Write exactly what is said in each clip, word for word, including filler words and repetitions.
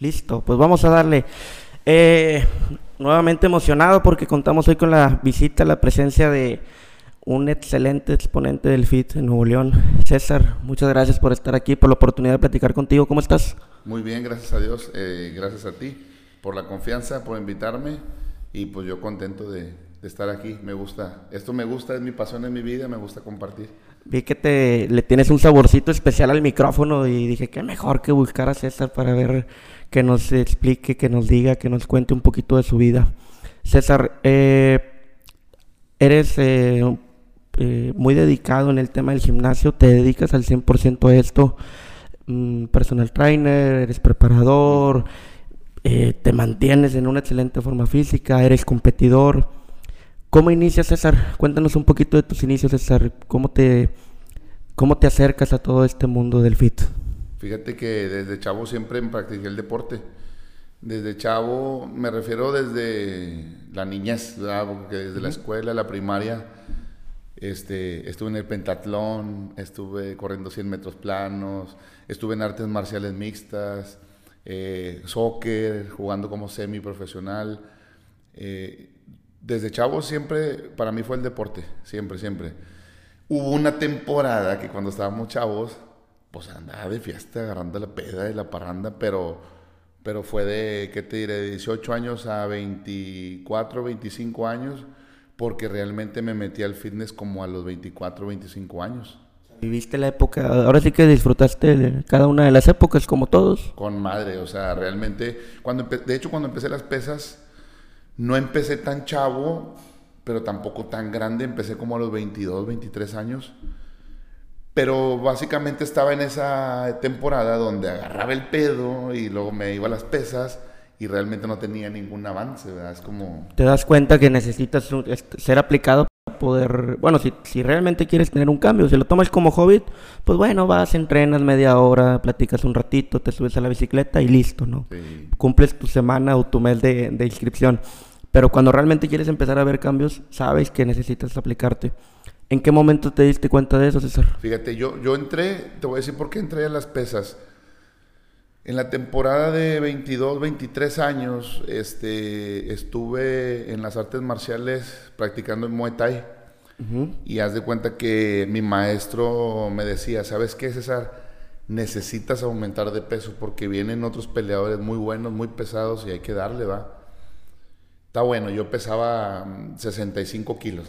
Listo, pues vamos a darle. Eh, nuevamente emocionado porque contamos hoy con la visita, la presencia de un excelente exponente del F I T en Nuevo León. César, muchas gracias por estar aquí, por la oportunidad de platicar contigo. ¿Cómo estás? Muy bien, gracias a Dios. Eh, gracias a ti por la confianza, por invitarme. Y pues yo contento de, de estar aquí. Me gusta, esto me gusta, es mi pasión en mi vida, me gusta compartir. Vi que te le tienes un saborcito especial al micrófono y dije, qué mejor que buscar a César para ver que nos explique, que nos diga, que nos cuente un poquito de su vida. César, eh, eres eh, eh, muy dedicado en el tema del gimnasio, te dedicas al cien por ciento a esto, mm, personal trainer, eres preparador, eh, te mantienes en una excelente forma física, eres competidor. ¿Cómo inicias, César? Cuéntanos un poquito de tus inicios, César. ¿Cómo te, cómo te acercas a todo este mundo del F I T? Fíjate que desde chavo siempre practiqué el deporte. Desde chavo, me refiero desde la niñez, ¿verdad? Porque desde uh-huh. la escuela, la primaria, este, estuve en el pentatlón, estuve corriendo cien metros planos, estuve en artes marciales mixtas, eh, soccer, jugando como semiprofesional. Eh, Desde chavo siempre, para mí fue el deporte, siempre, siempre. Hubo una temporada que cuando estábamos chavos, pues andaba de fiesta, agarrando la peda y la parranda, pero, pero fue de, ¿qué te diré?, de dieciocho años a veinticuatro, veinticinco años, porque realmente me metí al fitness como a los veinticuatro, veinticinco años. Viviste la época, ahora sí que disfrutaste cada una de las épocas, como todos. Con madre, o sea, realmente, cuando empe- de hecho cuando empecé las pesas, no empecé tan chavo, pero tampoco tan grande. Empecé como a los veintidós, veintitrés años. Pero básicamente estaba en esa temporada donde agarraba el pedo y luego me iba a las pesas y realmente no tenía ningún avance, ¿verdad? Es como... Te das cuenta que necesitas ser aplicado para poder... Bueno, si, si realmente quieres tener un cambio, si lo tomas como hobby, pues bueno, vas, entrenas media hora, platicas un ratito, te subes a la bicicleta y listo, ¿no? Sí. Cumples tu semana o tu mes de, de inscripción. Pero cuando realmente quieres empezar a ver cambios, sabes que necesitas aplicarte. ¿En qué momento te diste cuenta de eso, César? Fíjate, yo, yo entré, te voy a decir por qué entré a las pesas. En la temporada de veintidós, veintitrés años, este, estuve en las artes marciales practicando en Muay Thai. Uh-huh. Y haz de cuenta que mi maestro me decía, ¿sabes qué, César? Necesitas aumentar de peso porque vienen otros peleadores muy buenos, muy pesados y hay que darle, ¿va? Está bueno, yo pesaba sesenta y cinco kilos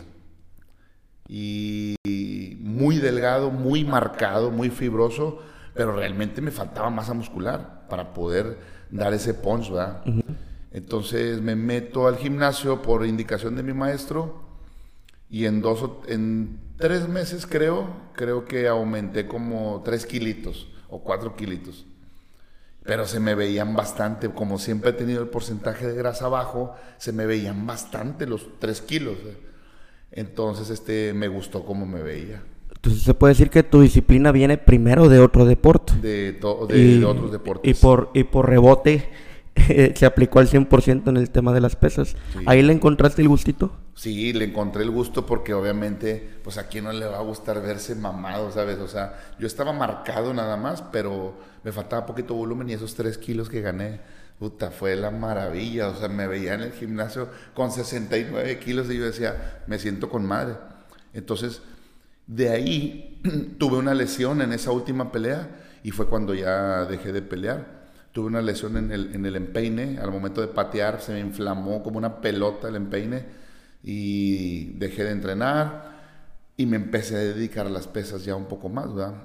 y muy delgado, muy marcado, muy fibroso, pero realmente me faltaba masa muscular para poder dar ese punch, ¿verdad? Uh-huh. Entonces me meto al gimnasio por indicación de mi maestro y en dos o en tres meses creo, creo que aumenté como tres kilitos o cuatro kilitos. Pero se me veían bastante, como siempre he tenido el porcentaje de grasa bajo, se me veían bastante los tres kilos. Entonces este, me gustó cómo me veía. Entonces se puede decir que tu disciplina viene primero de otro deporte. De, to, de, y, de otros deportes. Y por, y por rebote eh, se aplicó al cien por ciento en el tema de las pesas. Sí. ¿Ahí le encontraste el gustito? Sí, le encontré el gusto porque obviamente, pues a quién no le va a gustar verse mamado, ¿sabes? O sea, yo estaba marcado nada más, pero me faltaba poquito volumen y esos tres kilos que gané, puta, fue la maravilla. O sea, me veía en el gimnasio con sesenta y nueve kilos y yo decía, me siento con madre. Entonces, de ahí tuve una lesión en esa última pelea y fue cuando ya dejé de pelear. Tuve una lesión en el, en el empeine, al momento de patear se me inflamó como una pelota el empeine y dejé de entrenar y me empecé a dedicar a las pesas ya un poco más, ¿verdad?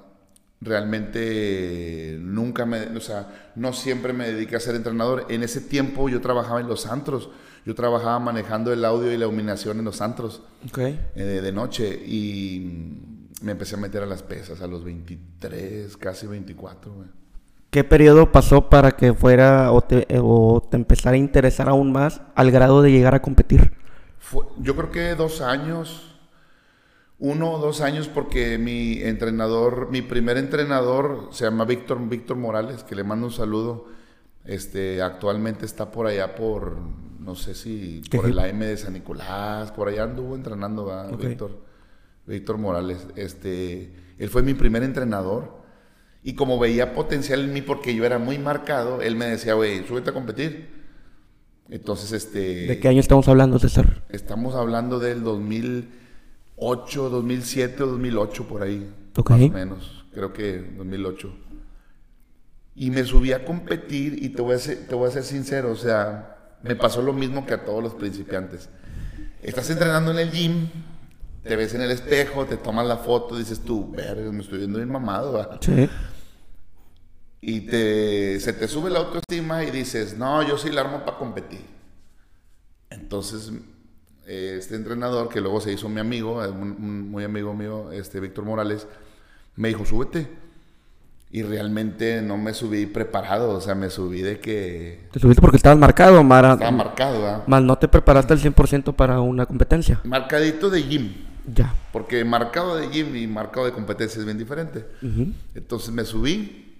Realmente nunca me, o sea, no siempre me dediqué a ser entrenador. En ese tiempo yo trabajaba en los antros, yo trabajaba manejando el audio y la iluminación en los antros, okay. eh, de noche, y me empecé a meter a las pesas a los veintitrés, casi veinticuatro, güey. ¿Qué periodo pasó para que fuera o te, o te empezara a interesar aún más al grado de llegar a competir? Fue, yo creo que dos años, uno o dos años, porque mi entrenador, mi primer entrenador se llama Víctor, Víctor Morales, que le mando un saludo. Este, actualmente está por allá por, no sé si por el A M de San Nicolás, por allá anduvo entrenando, ¿verdad? Okay. Víctor, Víctor Morales. Este, él fue mi primer entrenador Y como veía potencial en mí porque yo era muy marcado, él me decía, güey, súbete a competir. Entonces, este... ¿De qué año estamos hablando, César? Estamos hablando del dos mil ocho, dos mil siete o dos mil ocho, por ahí. Ok. Más o menos, creo que dos mil ocho. Y me subí a competir y te voy a ser, te voy a ser sincero, o sea, me pasó lo mismo que a todos los principiantes. Estás entrenando en el gym, te ves en el espejo, te tomas la foto, dices tú, verga, me estoy viendo bien mamado, ¿verdad? Sí. Y te, se te sube la autoestima y dices, no, yo sí la armo para competir. Entonces, eh, este entrenador, que luego se hizo mi amigo, un, un muy amigo mío, este Víctor Morales, me dijo, súbete. Y realmente no me subí preparado, o sea, me subí de que... ¿Te subiste porque estabas marcado, Mara? Estaba marcado, ¿verdad? Más no te preparaste al cien por ciento para una competencia. Marcadito de gym. Ya. Porque marcado de gym y marcado de competencia es bien diferente. Uh-huh. Entonces me subí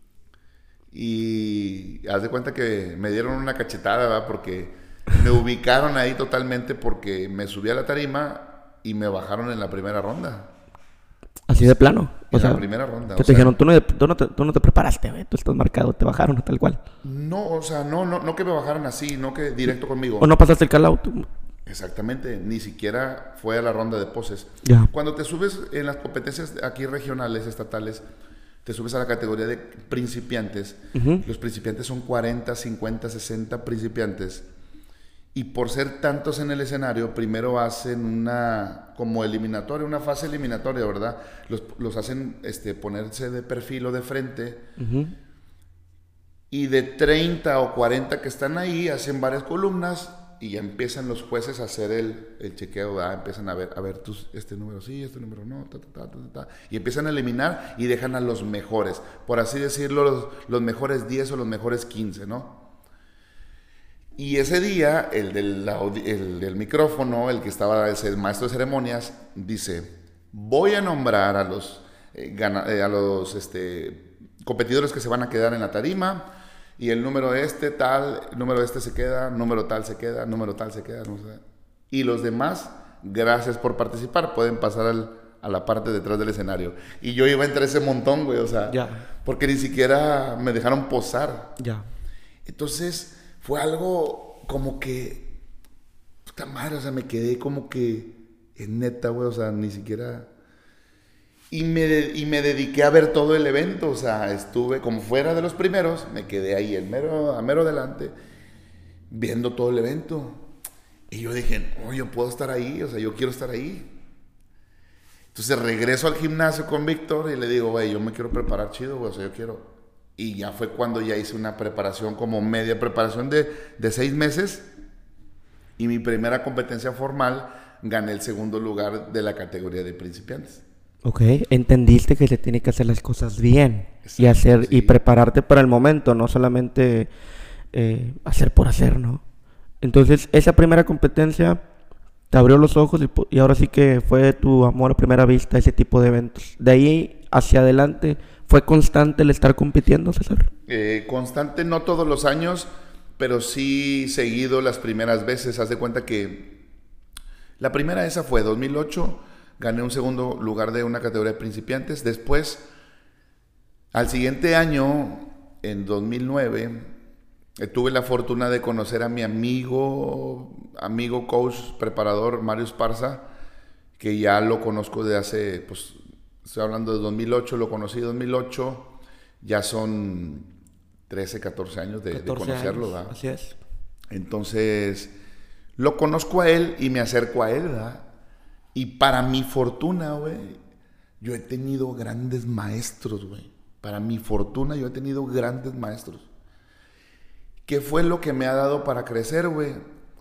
y haz de cuenta que me dieron una cachetada, ¿verdad? Porque me ubicaron ahí totalmente porque me subí a la tarima y me bajaron en la primera ronda. Así de plano. O En sea, la primera ronda. que o te sea, dijeron, tú no, tú, no te, tú no te preparaste, güey. Tú estás marcado, te bajaron tal cual. No, o sea, no, no, no que me bajaran así, no que directo conmigo. O no pasaste el call-out. Exactamente, ni siquiera fue a la ronda de poses. Ya. Cuando te subes en las competencias aquí regionales, estatales, te subes a la categoría de principiantes. Uh-huh. Los principiantes son cuarenta, cincuenta, sesenta principiantes. Y por ser tantos en el escenario, primero hacen una como eliminatoria, una fase eliminatoria, ¿verdad? Los, los hacen este, ponerse de perfil o de frente. Uh-huh. Y de treinta o cuarenta que están ahí, hacen varias columnas y ya empiezan los jueces a hacer el, el chequeo, ¿verdad? Empiezan a ver, a ver, tus, este número sí, este número no, ta, ta, ta, ta, ta, y empiezan a eliminar y dejan a los mejores, por así decirlo, los, los mejores diez o los mejores quince, ¿no? Y ese día, el del, el del micrófono, el que estaba, el maestro de ceremonias, dice, voy a nombrar a los, eh, gana, eh, a los este, competidores que se van a quedar en la tarima, y el número este tal, el número este se queda, número tal se queda, número tal se queda, no sé. Y los demás, gracias por participar, pueden pasar al, a la parte detrás del escenario. Y yo iba entre ese montón, güey, o sea, ya. Porque ni siquiera me dejaron posar. Ya. Entonces, fue algo como que, puta madre, o sea, me quedé como que, es neta, güey, o sea, ni siquiera... Y me, de, y me dediqué a ver todo el evento, o sea, estuve como fuera de los primeros, me quedé ahí, el mero, a mero delante, viendo todo el evento. Y yo dije, oh, yo puedo estar ahí, o sea, yo quiero estar ahí. Entonces regreso al gimnasio con Víctor y le digo, güey, yo me quiero preparar chido, güey, o sea, yo quiero... Y ya fue cuando ya hice una preparación, como media preparación de, de seis meses. Y mi primera competencia formal, gané el segundo lugar de la categoría de principiantes. Ok, entendiste que se tiene que hacer las cosas bien. Exacto, y hacer sí. y prepararte para el momento, no solamente eh, hacer por hacer, ¿no? Entonces, esa primera competencia te abrió los ojos y, y ahora sí que fue tu amor a primera vista ese tipo de eventos. De ahí hacia adelante... ¿Fue constante el estar compitiendo, César? Eh, constante, no todos los años, pero sí seguido las primeras veces. Haz de cuenta que la primera esa fue dos mil ocho, gané un segundo lugar de una categoría de principiantes. Después, al siguiente año, en dos mil nueve, eh, tuve la fortuna de conocer a mi amigo, amigo coach, preparador, Mario Esparza, que ya lo conozco de hace... pues, estoy hablando de dos mil ocho, lo conocí en dos mil ocho, ya son trece, catorce años de, de conocerlo, años, ¿verdad? Así es. Entonces, lo conozco a él y me acerco a él, ¿verdad? Y para mi fortuna, güey, yo he tenido grandes maestros, güey. Para mi fortuna, yo he tenido grandes maestros. ¿Qué fue lo que me ha dado para crecer, güey?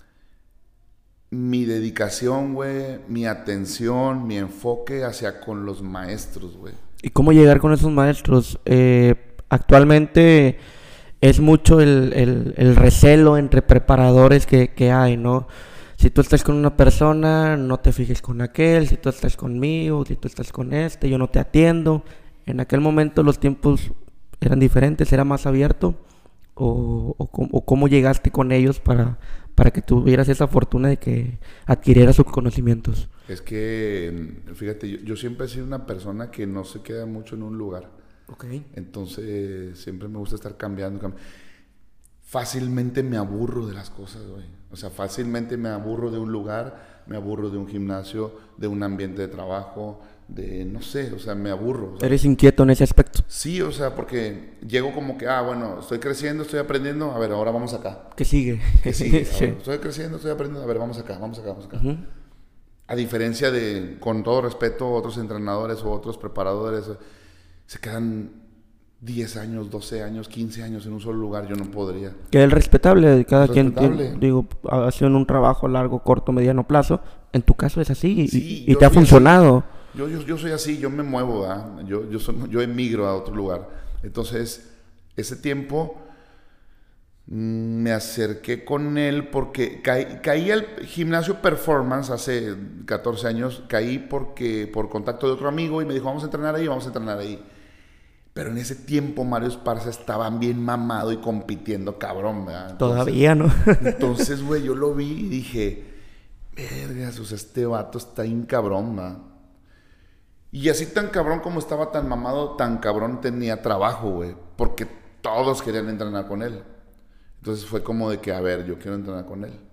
Mi dedicación, güey, mi atención, mi enfoque hacia con los maestros, güey. ¿Y cómo llegar con esos maestros? Eh, actualmente es mucho el, el, el recelo entre preparadores que, que hay, ¿no? Si tú estás con una persona, no te fijes con aquel. Si tú estás conmigo, si tú estás con este, yo no te atiendo. En aquel momento los tiempos eran diferentes, era más abierto. ¿O, o, o cómo llegaste con ellos para, para que tuvieras esa fortuna de que adquirieras sus conocimientos? Es que, fíjate, yo, yo siempre he sido una persona que no se queda mucho en un lugar. Ok. Entonces, siempre me gusta estar cambiando. cambi- Fácilmente me aburro de las cosas, güey. O sea, fácilmente me aburro de un lugar, me aburro de un gimnasio, de un ambiente de trabajo, de, no sé, o sea, me aburro. O sea, Eres inquieto en ese aspecto. sí, o sea, porque llego como que, ah, bueno, estoy creciendo, estoy aprendiendo, a ver, ahora vamos acá. ¿Qué sigue? ¿Qué sigue? Sí. Ahora, estoy creciendo, estoy aprendiendo, a ver, vamos acá, vamos acá, vamos acá. Ujú. A diferencia de, con todo respeto, otros entrenadores o otros preparadores, se quedan diez años, doce años, quince años en un solo lugar, yo no podría. Que es respetable, cada quien, Respetable. tiene- digo, haciendo un trabajo a largo, corto, mediano plazo. En tu caso es así y, Sí, y yo te ha soy funcionado. Yo, yo, yo soy así, yo me muevo, ¿verdad? Yo, yo, soy- yo emigro a otro lugar. Entonces, ese tiempo mm, me acerqué con él porque caí, caí al gimnasio Performance hace catorce años, caí porque por contacto de otro amigo y me dijo, vamos a entrenar ahí, vamos a entrenar ahí. Pero en ese tiempo Mario Esparza estaba bien mamado y compitiendo cabrón, ¿verdad? Entonces, Todavía, ¿no? entonces, güey, yo lo vi y dije, vergas, o sea, este vato está bien cabrón, ¿verdad? Y así tan cabrón como estaba tan mamado, tan cabrón tenía trabajo, güey. Porque todos querían entrenar con él. Entonces fue como de que, a ver, yo quiero entrenar con él.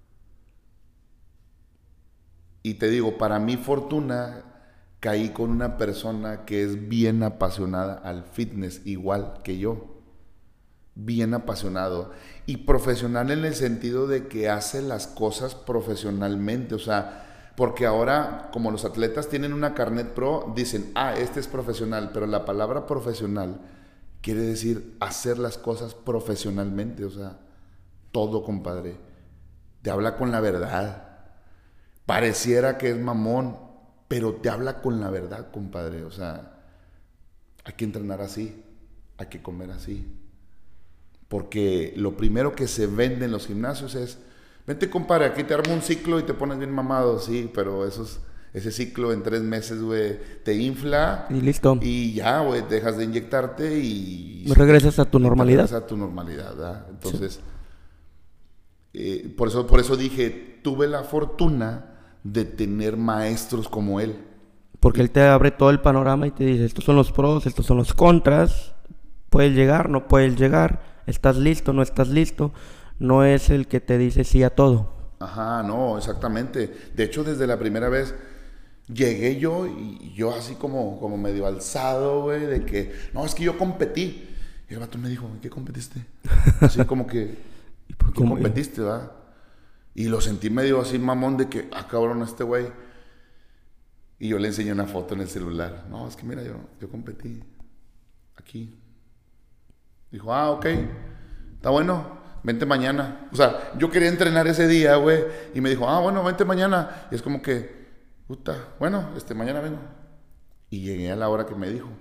Y te digo, para mi fortuna, caí con una persona que es bien apasionada al fitness, igual que yo. Bien apasionado. Y profesional en el sentido de que hace las cosas profesionalmente. O sea, porque ahora, como los atletas tienen una carnet pro, dicen, ah, este es profesional. Pero la palabra profesional quiere decir hacer las cosas profesionalmente. O sea, todo, compadre. Te habla con la verdad. Pareciera que es mamón, pero te habla con la verdad, compadre. O sea, hay que entrenar así, hay que comer así. Porque lo primero que se vende en los gimnasios es, vente, compadre, aquí te armo un ciclo y te pones bien mamado, sí, pero esos, ese ciclo en tres meses, güey, te infla. Y listo. Y ya, güey, dejas de inyectarte y... Regresas a tu y te normalidad. regresas a tu normalidad, ¿verdad? Entonces, sí. eh, por eso, por eso dije, tuve la fortuna de tener maestros como él. Porque él te abre todo el panorama y te dice, estos son los pros, estos son los contras. Puedes llegar, no puedes llegar. Estás listo, no estás listo. No es el que te dice sí a todo. Ajá, no, exactamente. De hecho, desde la primera vez llegué yo y yo así como, como medio alzado, güey, de que, no, es que yo competí. Y el vato me dijo, ¿en qué competiste? Así como que, ¿en qué ¿Cómo? competiste, va? Y lo sentí medio así mamón de que, ah, cabrón, este güey. Y yo le enseñé una foto en el celular. No, es que mira, yo, yo competí aquí. Dijo, ah, ok, está bueno, vente mañana. O sea, yo quería entrenar ese día, güey. Y me dijo, ah, bueno, vente mañana. Y es como que, puta, bueno, este, mañana vengo. Y llegué a la hora que me dijo.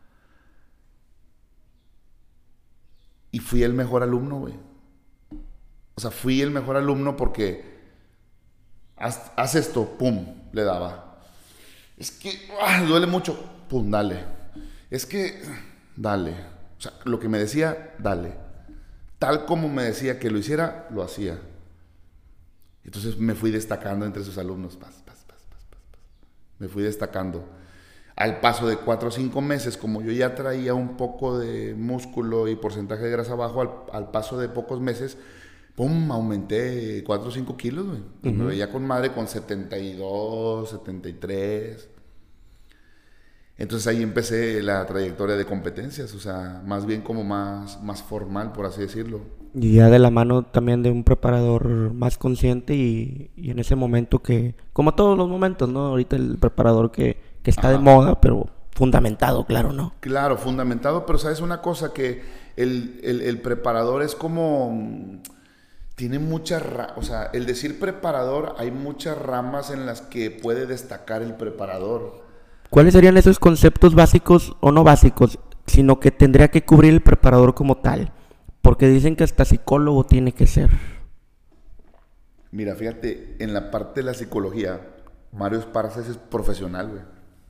Y fui el mejor alumno, güey. O sea, fui el mejor alumno porque haz, haz esto, pum, le daba. Es que ah, duele mucho, pum, dale. Es que, dale. O sea, lo que me decía, dale. Tal como me decía que lo hiciera, lo hacía. Entonces me fui destacando entre sus alumnos. Pas, pas, pas, pas, pas, pas. Me fui destacando. Al paso de cuatro o cinco meses, como yo ya traía un poco de músculo y porcentaje de grasa bajo, al, al paso de pocos meses, pum, aumenté cuatro o cinco kilos, güey. Uh-huh. Me veía con madre con setenta y dos, setenta y tres. Entonces ahí empecé la trayectoria de competencias, o sea, más bien como más, más formal, por así decirlo. Y ya de la mano también de un preparador más consciente y, y en ese momento que, como todos los momentos, ¿no? Ahorita el preparador que, que está Ajá. de moda, pero fundamentado, claro, ¿no? Claro, fundamentado, pero sabes una cosa, que el, el, el preparador es como... Tiene muchas, ra- o sea, el decir preparador, hay muchas ramas en las que puede destacar el preparador. ¿Cuáles serían esos conceptos básicos o no básicos, sino que tendría que cubrir el preparador como tal? Porque dicen que hasta psicólogo tiene que ser. Mira, fíjate, en la parte de la psicología, Mario Esparza es profesional, güey.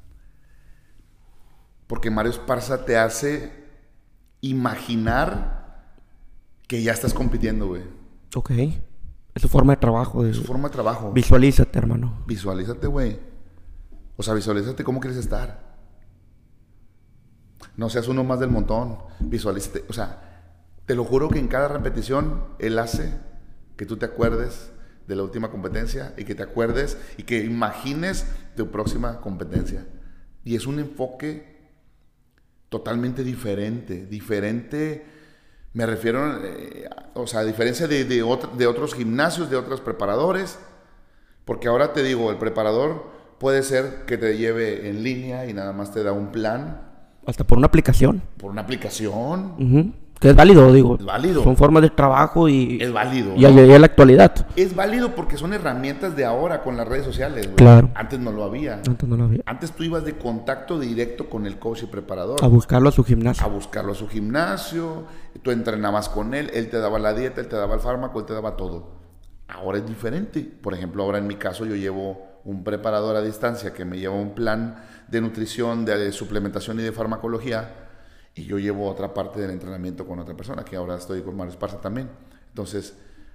Porque Mario Esparza te hace imaginar que ya estás compitiendo, güey. Ok. Es su forma de trabajo. Es su forma de trabajo. Visualízate, hermano. Visualízate, güey. O sea, visualízate cómo quieres estar. no seas uno más del montón, visualízate. O sea, te lo juro que en cada repetición él hace que tú te acuerdes de la última competencia y que te acuerdes y que imagines tu próxima competencia. Y es un enfoque totalmente diferente, diferente, me refiero, eh, o sea, a diferencia de, de, otro, de otros gimnasios, de otros preparadores, porque ahora te digo, el preparador puede ser que te lleve en línea y nada más te da un plan. Hasta por una aplicación. Por una aplicación. Uh-huh. Que es válido, digo. Es válido. Son formas de trabajo y... Es válido. Y, ¿no? y, y en la actualidad. Es válido porque son herramientas de ahora con las redes sociales, güey. Claro. Antes no lo había. Antes no lo había. Antes tú ibas de contacto directo con el coach y preparador. A buscarlo a su gimnasio. A buscarlo a su gimnasio. Tú entrenabas con él, él te daba la dieta, él te daba el fármaco, él te daba todo. Ahora es diferente. Por ejemplo, ahora en mi caso yo llevo un preparador a distancia que me lleva un plan de nutrición, de suplementación y de farmacología. Y yo llevo otra parte del entrenamiento con otra persona, que ahora estoy con Mario Esparza también. Entonces,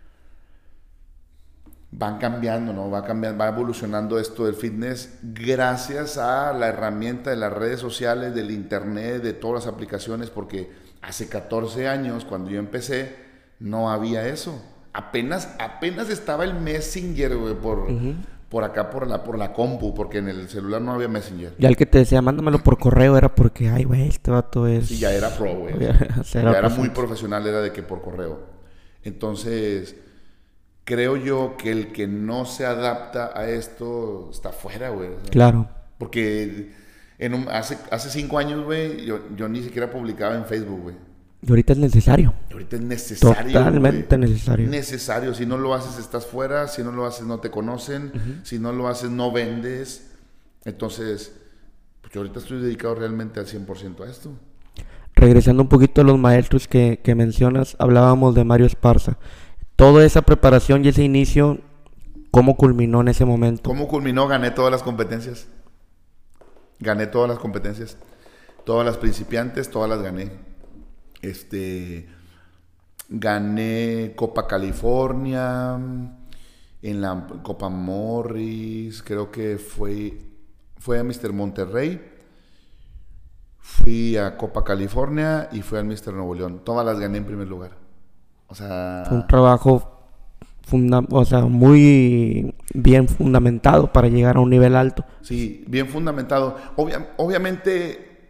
van cambiando, ¿no? Va cambiando, va evolucionando esto del fitness gracias a la herramienta de las redes sociales, del internet, de todas las aplicaciones, porque hace catorce años, cuando yo empecé, no había eso. Apenas, apenas estaba el Messenger, güey, por... Uh-huh. Por acá, por la, por la compu, porque en el celular no había Messenger. Ya el que te decía, mándamelo por correo, era porque, ay, güey, este vato es... Sí, ya era pro, güey. Ya, o sea, era, ya era muy profesional, era de que por correo. Entonces, creo yo que el que no se adapta a esto está fuera, güey. O sea, claro. Porque en un, hace, hace cinco años, güey, yo, yo ni siquiera publicaba en Facebook, güey. Y ahorita es necesario. Y ahorita es necesario. Totalmente güey. necesario. Necesario. Si no lo haces, estás fuera. Si no lo haces, no te conocen. Uh-huh. Si no lo haces, no vendes. Entonces, pues yo ahorita estoy dedicado realmente al cien por ciento a esto. Regresando un poquito a los maestros que, que mencionas, hablábamos de Mario Esparza. Toda esa preparación y ese inicio, ¿cómo culminó en ese momento? ¿Cómo culminó? Gané todas las competencias. Gané todas las competencias. Todas las principiantes, todas las gané. Este, gané Copa California, en la Copa Morris, creo que fue, fue a míster Monterrey, fui a Copa California y fui al míster Nuevo León. Todas las gané en primer lugar. O sea, fue un trabajo funda- o sea, muy bien fundamentado para llegar a un nivel alto. Sí, bien fundamentado. Obvia- obviamente...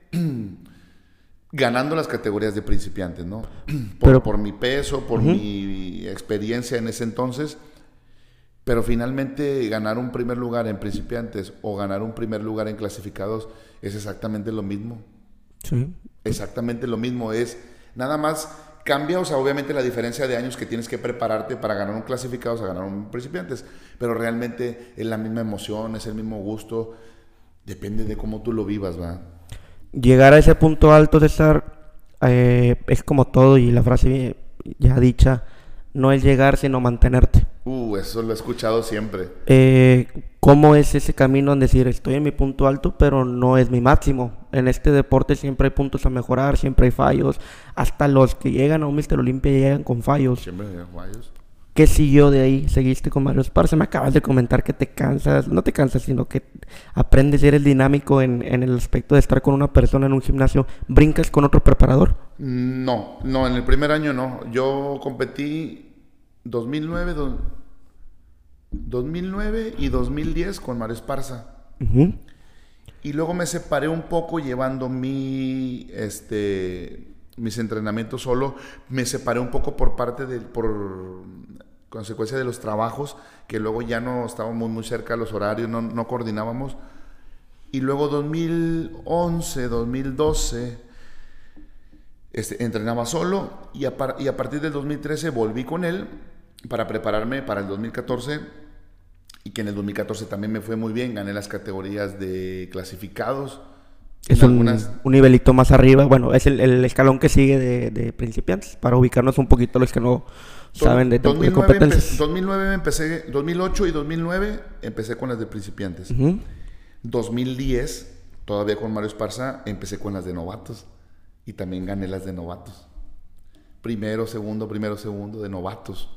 ganando las categorías de principiantes, ¿no? Por, pero, por mi peso, por uh-huh. mi experiencia en ese entonces. Pero finalmente ganar un primer lugar en principiantes o ganar un primer lugar en clasificados es exactamente lo mismo. Sí. Exactamente lo mismo. Es nada más cambia, o sea, obviamente la diferencia de años que tienes que prepararte para ganar un clasificados a ganar un principiantes. Pero realmente es la misma emoción, es el mismo gusto. Depende de cómo tú lo vivas, ¿va? Llegar a ese punto alto, César, eh, es como todo, y la frase ya dicha, no es llegar sino mantenerte. Uh, eso lo he escuchado siempre. Eh, ¿Cómo es ese camino en decir, estoy en mi punto alto, pero no es mi máximo? En este deporte siempre hay puntos a mejorar, siempre hay fallos. Hasta los que llegan a un míster Olympia llegan con fallos. Siempre hay fallos. ¿Qué siguió de ahí? ¿Seguiste con Mario Esparza? Me acabas de comentar que te cansas, no te cansas, sino que aprendes y eres dinámico en, en el aspecto de estar con una persona en un gimnasio. ¿Brincas con otro preparador? No, no, en el primer año no. Yo competí dos mil nueve, do, dos mil nueve y dos mil diez con Mario Esparza. Uh-huh. Y luego me separé un poco llevando mi, este, mis entrenamientos solo. Me separé un poco por parte de... por consecuencia de los trabajos, que luego ya no estábamos muy cerca de los horarios, no, no coordinábamos. Y luego dos mil once, dos mil doce, este, entrenaba solo, y a, par, y a partir del dos mil trece volví con él para prepararme para el dos mil catorce, y que en el dos mil catorce también me fue muy bien, gané las categorías de clasificados. Es un, algunas... un nivelito más arriba, bueno, es el, el escalón que sigue de, de principiantes, para ubicarnos un poquito los que no saben de, dos mil nueve de competencias. Empe- dos mil nueve empecé, dos mil ocho y dos mil nueve empecé con las de principiantes. Uh-huh. dos mil diez, todavía con Mario Esparza, empecé con las de novatos y también gané las de novatos. Primero, segundo, primero, segundo de novatos.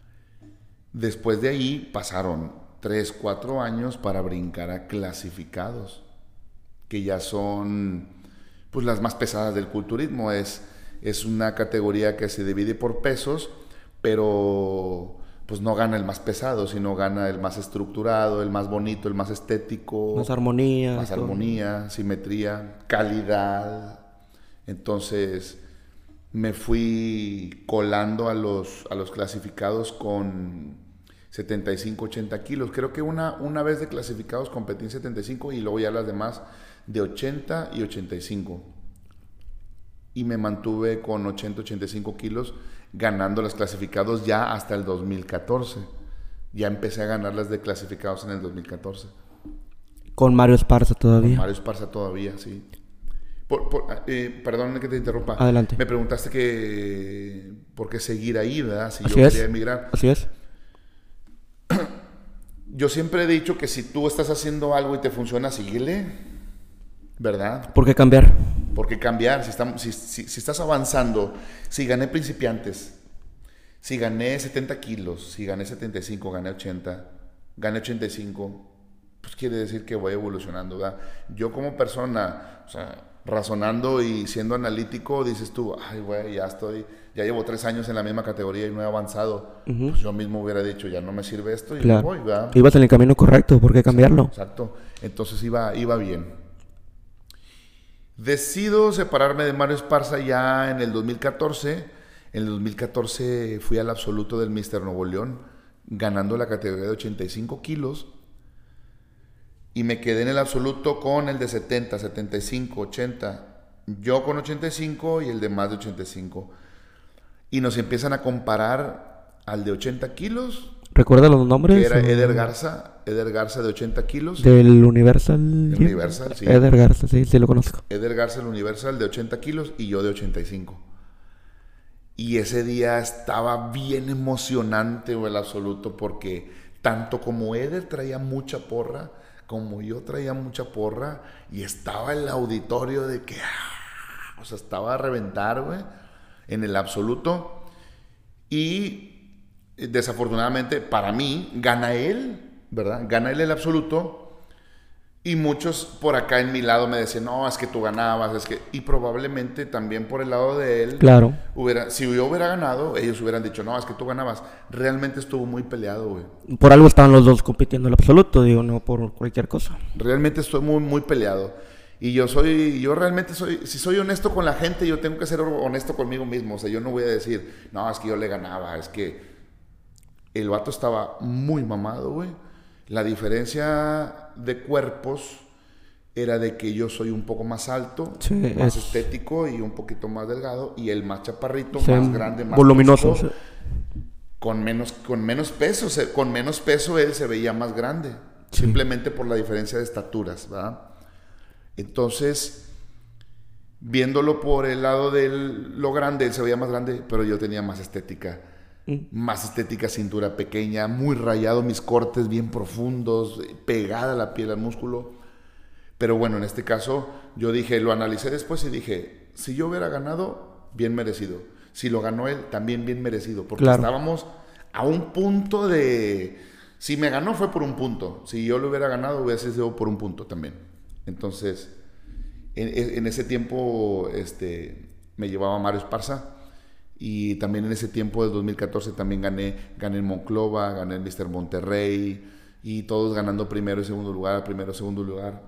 Después de ahí pasaron tres, cuatro años para brincar a clasificados, que ya son pues las más pesadas del culturismo. Es, es una categoría que se divide por pesos, pero pues no gana el más pesado, sino gana el más estructurado, el más bonito, el más estético. Más armonía. Más todo. armonía, simetría, calidad. Entonces me fui colando a los, a los clasificados con setenta y cinco, ochenta kilos. Creo que una, una vez de clasificados competí en setenta y cinco y luego ya las demás de ochenta y ochenta y cinco. Y me mantuve con ochenta, ochenta y cinco kilos ganando los clasificados ya hasta el dos mil catorce. Ya empecé a ganar las de clasificados en el dos mil catorce. Con Mario Esparza todavía. Con Mario Esparza todavía, sí. Por, por, eh, perdón que te interrumpa. Adelante. Me preguntaste que por qué seguir ahí, ¿verdad? Si Así yo es. quería emigrar. Así es. Yo siempre he dicho que si tú estás haciendo algo y te funciona, síguele, ¿verdad? ¿Por qué cambiar? ¿Por qué cambiar? Si, estamos, si, si, si estás avanzando, si gané principiantes, si gané setenta kilos, si gané setenta y cinco, gané ochenta, gané ochenta y cinco, pues quiere decir que voy evolucionando, ¿verdad? Yo como persona, o sea, razonando y siendo analítico, dices tú, ay, güey, ya estoy, ya llevo tres años en la misma categoría y no he avanzado. Uh-huh. Pues yo mismo hubiera dicho, ya no me sirve esto y claro. me voy, ¿verdad? Ibas en el camino correcto, ¿por qué cambiarlo? Exacto, exacto. Entonces iba, iba bien. Decido separarme de Mario Esparza ya en el dos mil catorce. En el dos mil catorce fui al absoluto del míster Nuevo León, ganando la categoría de ochenta y cinco kilos. Y me quedé en el absoluto con el de setenta, setenta y cinco, ochenta. Yo con ochenta y cinco y el de más de ochenta y cinco. Y nos empiezan a comparar al de ochenta kilos. ¿Recuerda los nombres? Que era Eder Garza. Eder Garza de ochenta kilos. Del Universal. Del Universal, sí. Eder Garza, sí, sí lo conozco. Eder Garza, el Universal de ochenta kilos y yo de ochenta y cinco. Y ese día estaba bien emocionante o el absoluto porque tanto como Eder traía mucha porra, como yo traía mucha porra y estaba el auditorio de que, ah, o sea, estaba a reventar, güey, en el absoluto. Y desafortunadamente para mí gana él, ¿verdad? Gana él el absoluto. Y muchos por acá en mi lado me decían, no, es que tú ganabas, es que... Y probablemente también por el lado de él, claro. hubiera, si yo hubiera ganado, ellos hubieran dicho, no, es que tú ganabas. Realmente estuvo muy peleado, güey. Por algo estaban los dos compitiendo el absoluto, digo, no por cualquier cosa. Realmente estoy muy, muy peleado. Y yo soy, yo realmente soy, si soy honesto con la gente, yo tengo que ser honesto conmigo mismo. O sea, yo no voy a decir, no, es que yo le ganaba, es que el vato estaba muy mamado, güey. La diferencia de cuerpos era de que yo soy un poco más alto, sí, más es... estético y un poquito más delgado, y el más chaparrito, sí, más grande, más voluminoso, tosco, sí. con menos con menos peso, con menos peso él se veía más grande, sí. simplemente por la diferencia de estaturas, ¿verdad? Entonces, viéndolo por el lado de lo grande, él se veía más grande, pero yo tenía más estética. Más estética, cintura pequeña, muy rayado, mis cortes bien profundos, pegada la piel al músculo. Pero bueno, en este caso yo dije, lo analicé después y dije, si yo hubiera ganado, bien merecido. Si lo ganó él, también bien merecido. Porque claro. estábamos a un punto de... Si me ganó fue por un punto. Si yo lo hubiera ganado, hubiera sido por un punto también. Entonces, en, en ese tiempo este, me llevaba Mario Esparza. Y también en ese tiempo del dos mil catorce también gané, gané en Monclova, gané en míster Monterrey, y todos ganando primero y segundo lugar, primero y segundo lugar.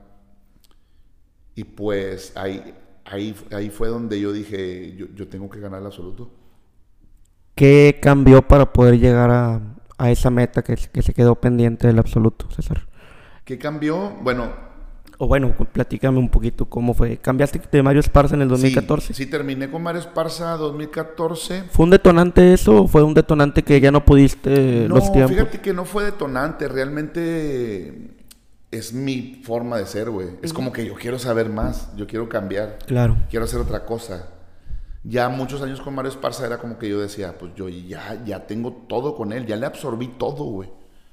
Y pues ahí, ahí, ahí fue donde yo dije, yo, yo tengo que ganar el absoluto. ¿Qué cambió para poder llegar a, a esa meta que, que se quedó pendiente del absoluto, César? ¿Qué cambió? Bueno... O bueno, platícame un poquito cómo fue. ¿Cambiaste de Mario Esparza en el dos mil catorce? Sí, sí, terminé con Mario Esparza dos mil catorce. ¿Fue un detonante eso o fue un detonante que ya no pudiste no, los tiempos? No, fíjate que no fue detonante. Realmente es mi forma de ser, güey. Es como que yo quiero saber más, yo quiero cambiar. Claro. Quiero hacer otra cosa. Ya muchos años con Mario Esparza era como que yo decía, pues yo ya, ya tengo todo con él, ya le absorbí todo, güey.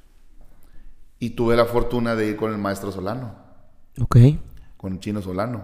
Y tuve la fortuna de ir con el maestro Solano. Ok. Con Chino Solano.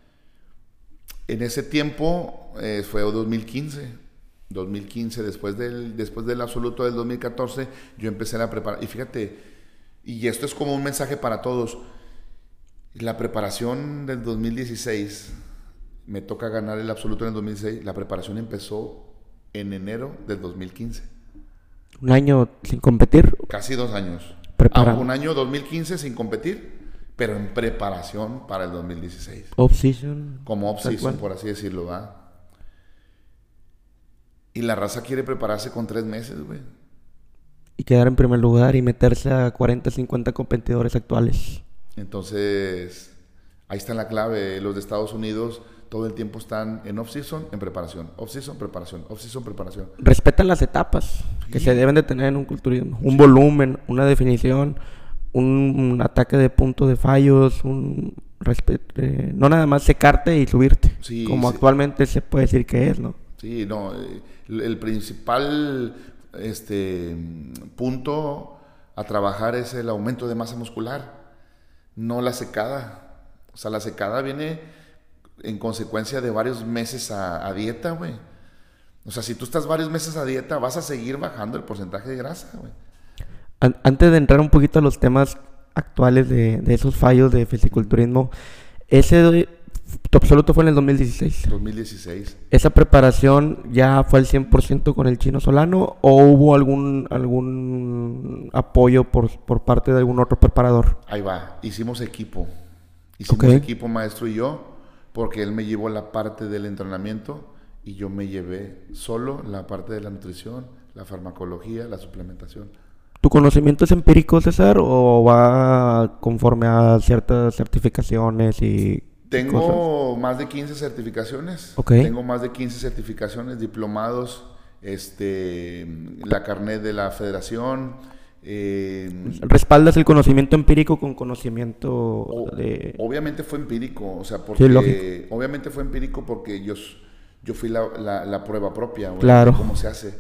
En ese tiempo eh, fue dos mil quince. dos mil quince, después del, después del absoluto del dos mil catorce, yo empecé la preparación. Y fíjate, y esto es como un mensaje para todos. La preparación del dos mil dieciséis me toca ganar el absoluto en el dos mil dieciséis. La preparación empezó en enero del dos mil quince. ¿Un año sin competir? Casi dos años. Preparando. Ah, un año dos mil quince sin competir, pero en preparación para el dos mil dieciséis. Off-season. Como off-season, por así decirlo, ¿va? Y la raza quiere prepararse con tres meses, güey. Y quedar en primer lugar y meterse a cuarenta, cincuenta competidores actuales. Entonces, ahí está la clave. Los de Estados Unidos todo el tiempo están en off-season, en preparación. Off-season, preparación. Off-season, preparación. Respetan las etapas Sí. que se deben de tener en un culturismo. Un volumen, una definición, un, un ataque de punto de fallos, un respe- eh, no nada más secarte y subirte. Sí, como sí. actualmente se puede decir que es, ¿no? Sí, no. eh, El, el principal este, punto a trabajar es el aumento de masa muscular, no la secada. O sea, la secada viene en consecuencia de varios meses a, a dieta, güey. O sea, si tú estás varios meses a dieta, vas a seguir bajando el porcentaje de grasa, güey. An- antes de entrar un poquito a los temas actuales de, de esos fallos de fisiculturismo, ese de- tu absoluto fue en el dos mil dieciséis. dos mil dieciséis. ¿Esa preparación ya fue al cien por ciento con el Chino Solano o hubo algún algún apoyo por, por parte de algún otro preparador? Ahí va, hicimos equipo. Hicimos Ok. equipo, maestro y yo, porque él me llevó la parte del entrenamiento y yo me llevé solo la parte de la nutrición, la farmacología, la suplementación. ¿Tu conocimiento es empírico, César, o va conforme a ciertas certificaciones y cosas? Tengo más de quince certificaciones. Ok. Tengo más de quince certificaciones, diplomados, este, la carnet de la federación. eh, ¿Respaldas el conocimiento empírico con conocimiento o- de...? Obviamente fue empírico, o sea, porque Sí, lógico. obviamente fue empírico porque yo, s- yo fui la, la- la prueba propia, güey, Claro. de cómo se hace.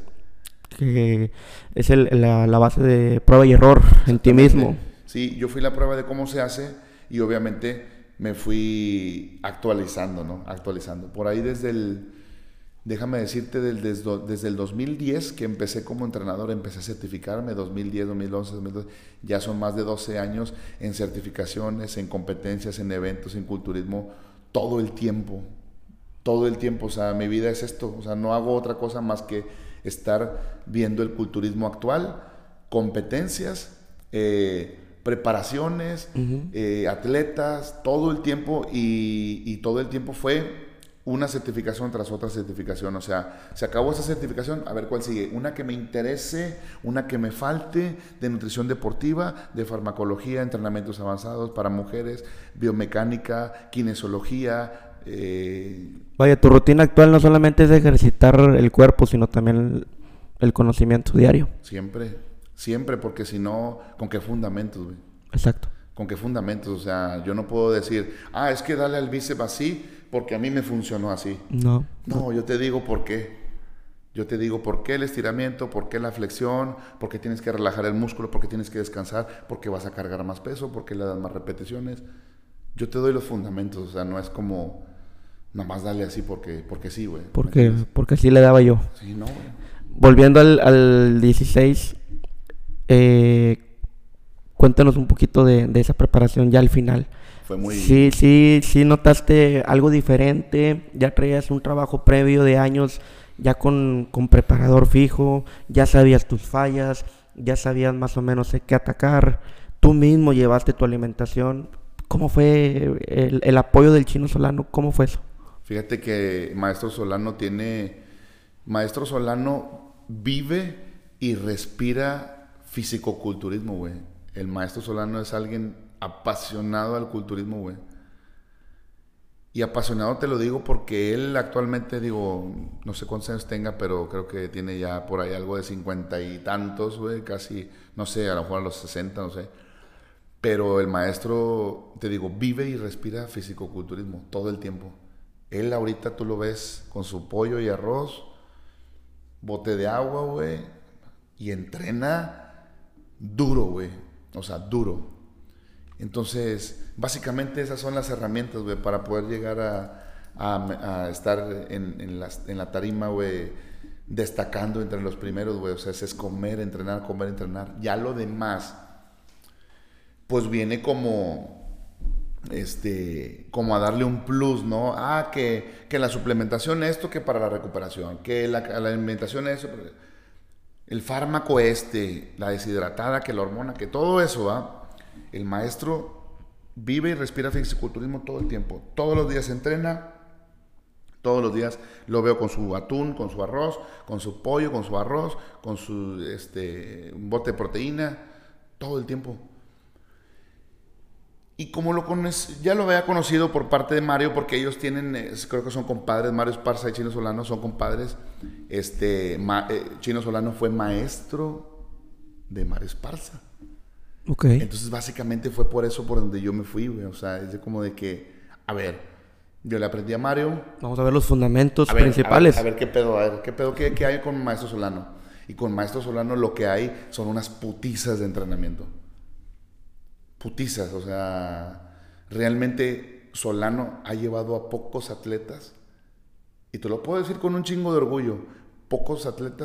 Que es el- la, la base de prueba y error en ti mismo. Sí, yo fui la prueba de cómo se hace y obviamente me fui actualizando, ¿no? Actualizando. Por ahí desde el, déjame decirte, del, desde, desde el dos mil diez que empecé como entrenador, empecé a certificarme, dos mil diez, dos mil once, dos mil doce, ya son más de doce años en certificaciones, en competencias, en eventos, en culturismo, todo el tiempo, todo el tiempo, o sea, mi vida es esto, o sea, no hago otra cosa más que estar viendo el culturismo actual, competencias, eh, preparaciones, Ujú. eh, atletas, todo el tiempo y, y todo el tiempo fue una certificación tras otra certificación, o sea, se acabó esa certificación, a ver cuál sigue, una que me interese, una que me falte, de nutrición deportiva, de farmacología, entrenamientos avanzados para mujeres, biomecánica, kinesiología, eh, Vaya, tu rutina actual no solamente es ejercitar el cuerpo, sino también el, el conocimiento diario. siempre, siempre, porque si no, ¿con qué fundamentos, güey? Exacto. ¿Con qué fundamentos? O sea, yo no puedo decir, ah, es que dale al bíceps así porque a mí me funcionó así. No. No, yo te digo por qué. Yo te digo por qué el estiramiento, por qué la flexión, por qué tienes que relajar el músculo, por qué tienes que descansar, por qué vas a cargar más peso, por qué le das más repeticiones. Yo te doy los fundamentos, o sea, no es como nada más dale así porque, porque sí, güey. ¿Me Porque, entiendes? porque así le daba yo. Sí, no, güey. Volviendo al, al dieciséis, eh, cuéntanos un poquito de, de esa preparación ya al final. Fue muy... Sí, sí, sí notaste algo diferente, ya traías un trabajo previo de años, ya con, con preparador fijo, ya sabías tus fallas, ya sabías más o menos qué atacar, tú mismo llevaste tu alimentación. ¿Cómo fue el, el apoyo del Chino Solano? ¿Cómo fue eso? Fíjate que Maestro Solano tiene... Maestro Solano vive y respira fisicoculturismo, güey. El Maestro Solano es alguien apasionado al culturismo, güey. Y apasionado te lo digo porque él actualmente, digo, no sé cuántos años tenga, pero creo que tiene ya por ahí algo de cincuenta y tantos, güey, casi, no sé, a lo mejor a los sesenta, no sé. Pero el maestro, te digo, vive y respira fisicoculturismo todo el tiempo. Él ahorita tú lo ves con su pollo y arroz, bote de agua, güey, y entrena duro, güey. O sea, duro. Entonces, básicamente esas son las herramientas, güey, para poder llegar a, a, a estar en, en, las, en la tarima, güey, destacando entre los primeros, güey. O sea, es comer, entrenar, comer, entrenar. Ya lo demás, pues viene como, este, como a darle un plus, ¿no? Ah, que, que la suplementación esto, que para la recuperación, que la, la alimentación eso, el fármaco este, la deshidratada, que la hormona, que todo eso, ¿va? El maestro vive y respira fisiculturismo todo el tiempo. Todos los días entrena, todos los días lo veo con su atún, con su arroz, con su pollo, con su arroz, con su este, un bote de proteína, todo el tiempo. Y como lo conoce, ya lo había conocido por parte de Mario, porque ellos tienen, eh, creo que son compadres, Mario Esparza y Chino Solano son compadres. Este, Ma, eh, Chino Solano fue maestro de Mario Esparza. Ok. Entonces básicamente fue por eso por donde yo me fui, güey. O sea, es de como de que, a ver, yo le aprendí a Mario. Vamos a ver los fundamentos a ver, principales. A ver, a ver qué pedo, a ver, qué pedo, qué, qué hay con Maestro Solano. Y con Maestro Solano lo que hay son unas putizas de entrenamiento. Putizas, o sea, realmente Solano ha llevado a pocos atletas, y te lo puedo decir con un chingo de orgullo, pocos atletas,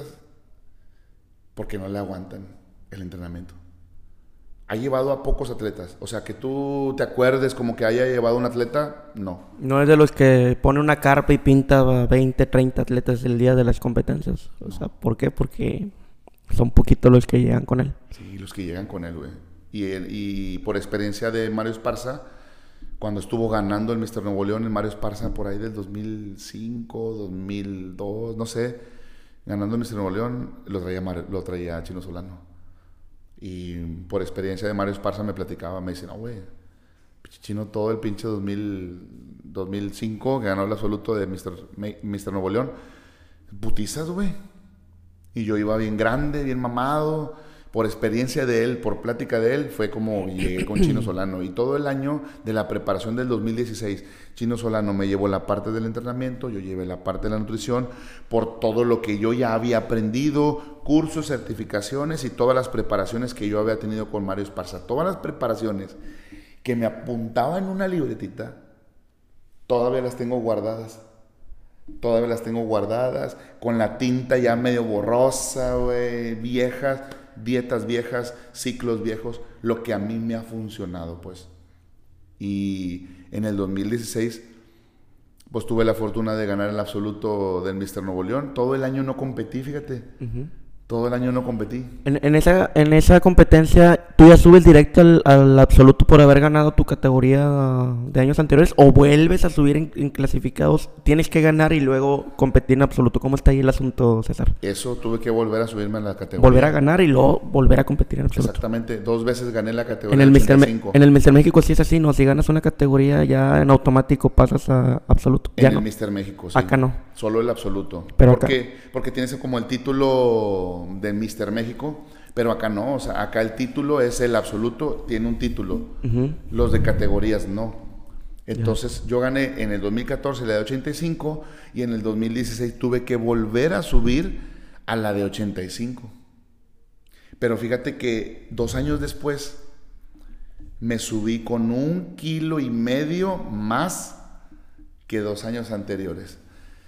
porque no le aguantan el entrenamiento. Ha llevado a pocos atletas, o sea, que tú te acuerdes como que haya llevado un atleta, no. No es de los que pone una carpa y pinta veinte, treinta atletas el día de las competencias. O no. sea, ¿por qué? Porque son poquitos los que llegan con él. Sí, los que llegan con él, güey. Y, y por experiencia de Mario Esparza, cuando estuvo ganando el míster Nuevo León, el Mario Esparza por ahí del dos mil cinco, dos mil dos, no sé, ganando el míster Nuevo León, lo traía, Mario, lo traía Chino Solano. Y por experiencia de Mario Esparza me platicaba, me dice, no, güey, Chino todo el pinche dos mil, dos mil cinco, que ganó el absoluto de míster míster Nuevo León, putizas, güey. Y yo iba bien grande, bien mamado. Por experiencia de él, por plática de él, fue como llegué con Chino Solano. Y todo el año de la preparación del dos mil dieciséis, Chino Solano me llevó la parte del entrenamiento, yo llevé la parte de la nutrición, por todo lo que yo ya había aprendido, cursos, certificaciones y todas las preparaciones que yo había tenido con Mario Esparza. Todas las preparaciones que me apuntaba en una libretita, todavía las tengo guardadas. Todavía las tengo guardadas, con la tinta ya medio borrosa, güey, viejas. Dietas viejas, ciclos viejos, lo que a mí me ha funcionado, pues. Y en el dos mil dieciséis, pues tuve la fortuna de ganar el absoluto del míster Nuevo León. Todo el año no competí, fíjate. Uh-huh. Todo el año no competí. En, en, esa, en esa competencia, ¿tú ya subes directo al, al absoluto por haber ganado tu categoría de años anteriores? ¿O vuelves a subir en, en clasificados? ¿Tienes que ganar y luego competir en absoluto? ¿Cómo está ahí el asunto, César? Eso, tuve que volver a subirme a la categoría. Volver a ganar y luego volver a competir en absoluto. Exactamente, dos veces gané la categoría en el ochenta y cinco. En el míster México sí es así, ¿no? Si ganas una categoría ya en automático pasas a absoluto. En ya el no. míster México, sí. Acá no. Solo el absoluto. Pero ¿Por acá... qué? Porque tienes como el título de míster México, pero acá no. O sea, acá el título es el absoluto, tiene un título. Uh-huh. Los de categorías no. Entonces yeah. yo gané en el dos mil catorce la de ochenta y cinco y en el dos mil dieciséis tuve que volver a subir a la de ochenta y cinco. Pero fíjate que dos años después me subí con un kilo y medio más que dos años anteriores.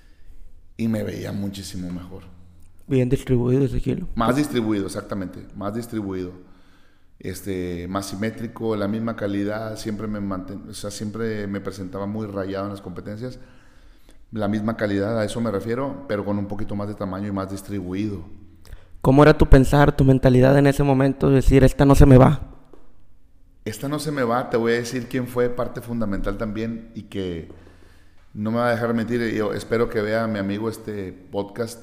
Y me veía muchísimo mejor. Bien distribuido ese kilo. Más distribuido, exactamente. Más distribuido. Este, más simétrico, la misma calidad. Siempre me manten, o sea, siempre me presentaba muy rayado en las competencias. La misma calidad, a eso me refiero, pero con un poquito más de tamaño y más distribuido. ¿Cómo era tu pensar, tu mentalidad en ese momento? Decir, esta no se me va. Esta no se me va. Te voy a decir quién fue parte fundamental también y que no me va a dejar mentir. Yo espero que vea a mi amigo este podcast.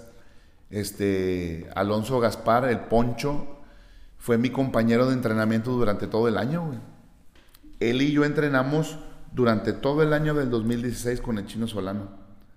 Este, Alonso Gaspar, el Poncho, fue mi compañero de entrenamiento durante todo el año, güey. Él y yo entrenamos durante todo el año del dos mil dieciséis con el Chino Solano.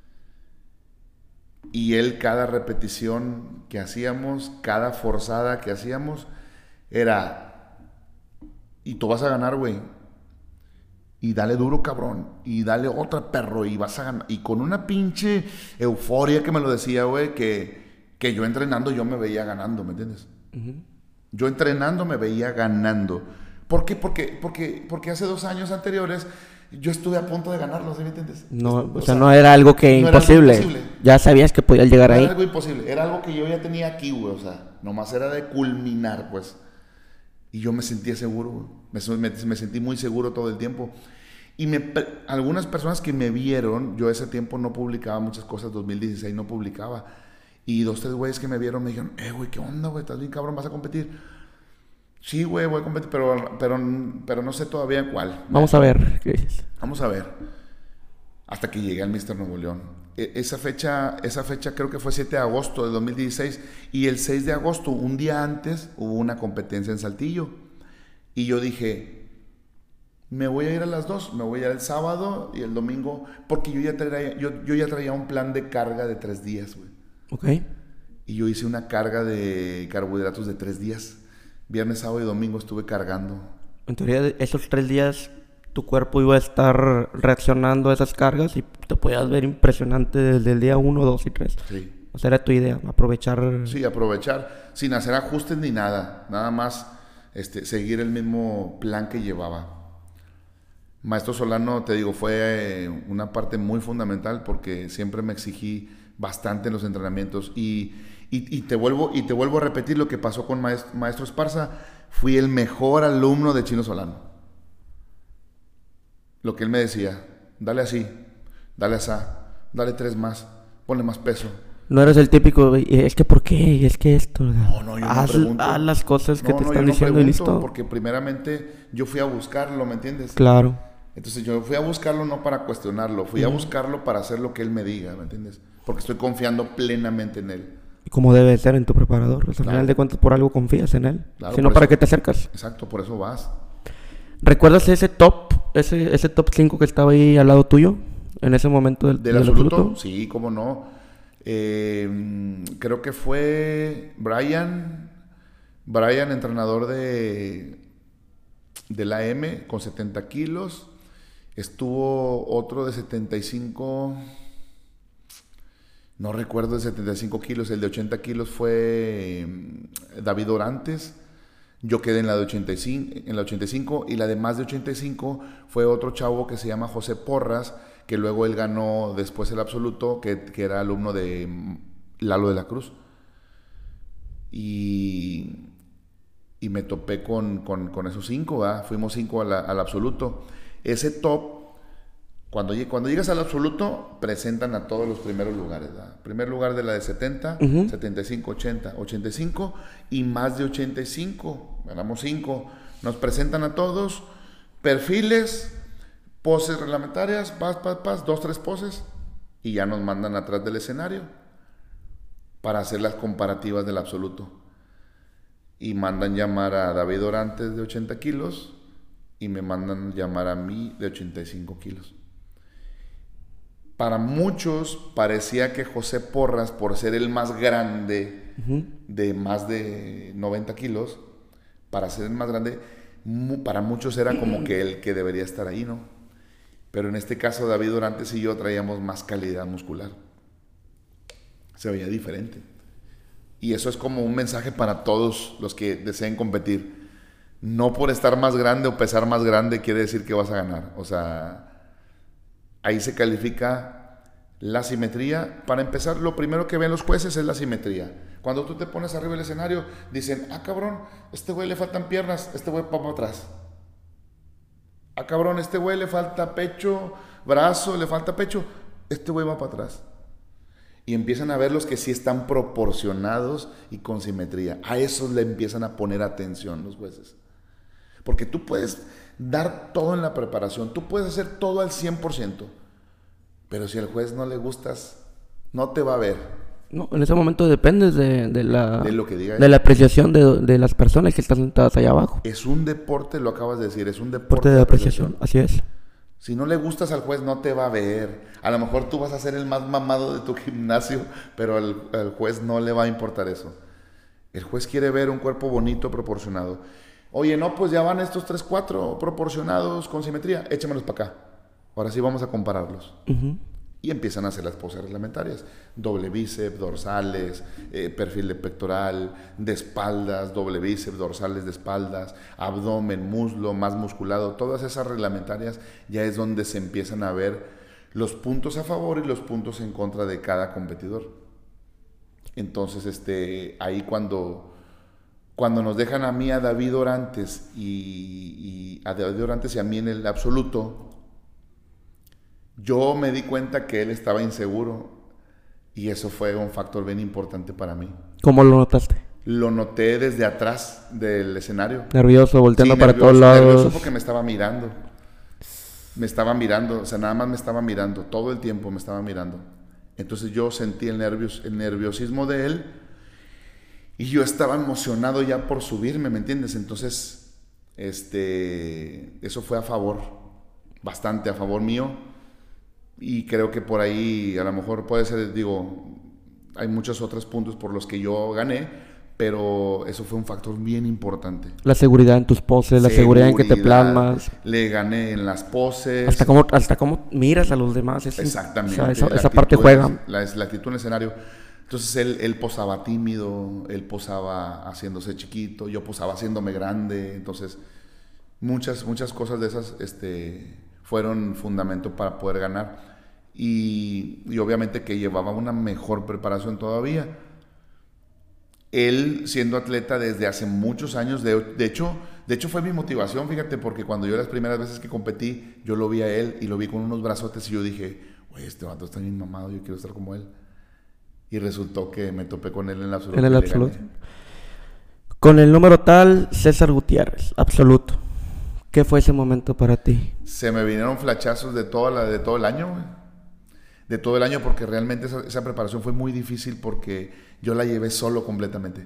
Y él, cada repetición que hacíamos, cada forzada que hacíamos, era, y tú vas a ganar, güey. Y dale duro, cabrón. Y dale otra, perro. Y vas a ganar. Y con una pinche euforia que me lo decía, güey, que, que yo entrenando yo me veía ganando, ¿me entiendes? Uh-huh. Yo entrenando me veía ganando. ¿Por qué? Porque, porque, porque hace dos años anteriores yo estuve a punto de ganarlo, ¿sí me entiendes? No, o, o sea, sea, no era algo que no imposible. Era algo imposible. Ya sabías que podías llegar no ahí. Era algo imposible. Era algo que yo ya tenía aquí, güey. O sea, nomás era de culminar, pues. Y yo me sentía seguro, güey. Me, me, me sentí muy seguro todo el tiempo. Y me, algunas personas que me vieron, yo ese tiempo no publicaba muchas cosas, dos mil dieciséis no publicaba. Y dos, tres güeyes que me vieron me dijeron, eh, güey, ¿qué onda, güey? ¿Estás bien cabrón? ¿Vas a competir? Sí, güey, voy a competir, pero, pero, pero no sé todavía cuál. Vamos a ver, ¿qué dices? Vamos a ver. Hasta que llegué al míster Nuevo León. E- esa fecha, esa fecha creo que fue siete de agosto de dos mil dieciséis. Y el seis de agosto, un día antes, hubo una competencia en Saltillo. Y yo dije, me voy a ir a las dos. Me voy a ir el sábado y el domingo. Porque yo ya traía, yo, yo ya traía un plan de carga de tres días, güey. Ok. Y yo hice una carga de carbohidratos de tres días. Viernes, sábado y domingo estuve cargando. En teoría, de esos tres días tu cuerpo iba a estar reaccionando a esas cargas y te podías ver impresionante desde el día uno, dos y tres. Sí. O sea, era tu idea, aprovechar... Sí, aprovechar, sin hacer ajustes ni nada. Nada más este, seguir el mismo plan que llevaba. Maestro Solano, te digo, fue eh, una parte muy fundamental porque siempre me exigí bastante en los entrenamientos. Y, y, y, te, vuelvo, y te vuelvo a repetir lo que pasó con Maestro, Maestro Esparza. Fui el mejor alumno de Chino Solano. Lo que él me decía, dale así, dale así, dale tres más, ponle más peso. No eres el típico, es que ¿por qué? Es que esto. No, no, yo haz, no pregunto. Haz las cosas que no, te no, están yo diciendo no y listo. Porque primeramente yo fui a buscarlo, ¿me entiendes? Claro. Entonces yo fui a buscarlo no para cuestionarlo, fui uh-huh. a buscarlo para hacer lo que él me diga, ¿me entiendes? Porque estoy confiando plenamente en él. Como debe ser en tu preparador. Pues, claro. Al final de cuentas por algo confías en él. Claro, si no, ¿para eso, qué te acercas? Exacto, por eso vas. ¿Recuerdas ese top, ese, ese top cinco que estaba ahí al lado tuyo? En ese momento del, ¿Del, del absoluto? absoluto. Sí, cómo no. Eh, creo que fue Brian, Brian, entrenador de, de la A M con setenta kilos. Estuvo otro de setenta y cinco, no recuerdo de setenta y cinco kilos. El de ochenta kilos fue David Orantes. Yo quedé en la de ochenta y cinco, en la ochenta y cinco, y la de más de ochenta y cinco fue otro chavo que se llama José Porras, que luego él ganó después el absoluto, que, que era alumno de Lalo de la Cruz. Y, y me topé con, con, con esos cinco, ¿verdad? Fuimos cinco a la, al absoluto. Ese top, cuando, cuando llegas al absoluto, presentan a todos los primeros lugares, ¿verdad? Primer lugar de la de setenta, uh-huh. setenta y cinco, ochenta, ochenta y cinco y más de ochenta y cinco. Ganamos cinco. Nos presentan a todos, perfiles, poses reglamentarias, pas, pas, pas, dos, tres poses, y ya nos mandan atrás del escenario para hacer las comparativas del absoluto. Y mandan llamar a David Orantes de ochenta kilos y me mandan llamar a mí de ochenta y cinco kilos. Para muchos parecía que José Porras, por ser el más grande, uh-huh. de más de noventa kilos, para ser el más grande, mu- para muchos era como que el que debería estar ahí, ¿no? Pero en este caso David Orantes y yo traíamos más calidad muscular. Se veía diferente. Y eso es como un mensaje para todos los que deseen competir. No por estar más grande o pesar más grande quiere decir que vas a ganar. O sea... Ahí se califica la simetría. Para empezar, lo primero que ven los jueces es la simetría. Cuando tú te pones arriba del escenario, dicen, ah, cabrón, este güey le faltan piernas, este güey va para atrás. Ah, cabrón, este güey le falta pecho, brazo, le falta pecho, este güey va para atrás. Y empiezan a ver los que sí están proporcionados y con simetría. A esos le empiezan a poner atención los jueces. Porque tú puedes dar todo en la preparación, tú puedes hacer todo al cien por ciento, pero si al juez no le gustas, no te va a ver. No, en ese momento dependes de, de la de lo que diga de la apreciación de, de las personas que están sentadas allá abajo. Es un deporte, lo acabas de decir, es un deporte, deporte de apreciación, así es. Si no le gustas al juez, no te va a ver. A lo mejor tú vas a ser el más mamado de tu gimnasio, pero al, al juez no le va a importar eso. El juez quiere ver un cuerpo bonito, proporcionado. Oye, no, pues ya van estos tres, cuatro proporcionados con simetría, échamelos para acá. Ahora sí vamos a compararlos. Uh-huh. Y empiezan a hacer las poses reglamentarias. Doble bíceps, dorsales, eh, perfil de pectoral, de espaldas, doble bíceps, dorsales de espaldas, abdomen, muslo, más musculado. Todas esas reglamentarias ya es donde se empiezan a ver los puntos a favor y los puntos en contra de cada competidor. Entonces, este, ahí cuando... Cuando nos dejan a mí, a David Orantes y, y a David Orantes y a mí en el absoluto, yo me di cuenta que él estaba inseguro y eso fue un factor bien importante para mí. ¿Cómo lo notaste? Lo noté desde atrás del escenario. Nervioso, volteando Sí, para nervioso, todos lados. nervioso porque me estaba mirando. Me estaba mirando, o sea, nada más me estaba mirando. Todo el tiempo me estaba mirando. Entonces yo sentí el, nervios, el nerviosismo de él y yo estaba emocionado ya por subirme, ¿me entiendes? Entonces, este, eso fue a favor, bastante a favor mío. Y creo que por ahí a lo mejor puede ser, digo, hay muchos otros puntos por los que yo gané, pero eso fue un factor bien importante. La seguridad en tus poses, la seguridad en que te plasmas. Le gané en las poses. Hasta cómo, hasta cómo miras a los demás. Es, Exactamente. O sea, esa, esa actitud, parte juega. La, la actitud en el escenario. Entonces él, él posaba tímido, él posaba haciéndose chiquito, yo posaba haciéndome grande. Entonces muchas, muchas cosas de esas este, fueron fundamento para poder ganar. Y, y obviamente que llevaba una mejor preparación todavía. Él siendo atleta desde hace muchos años, de, de, hecho, de hecho fue mi motivación, fíjate, porque cuando yo las primeras veces que competí, yo lo vi a él y lo vi con unos brazotes y yo dije, güey, este vato está bien mamado, yo quiero estar como él. Y resultó que me topé con él en el absoluto. En el absoluto. Con el número tal, César Gutiérrez, absoluto. ¿Qué fue ese momento para ti? Se me vinieron flachazos de, toda la, de todo el año, güey. De todo el año, porque realmente esa, esa preparación fue muy difícil porque yo la llevé solo completamente.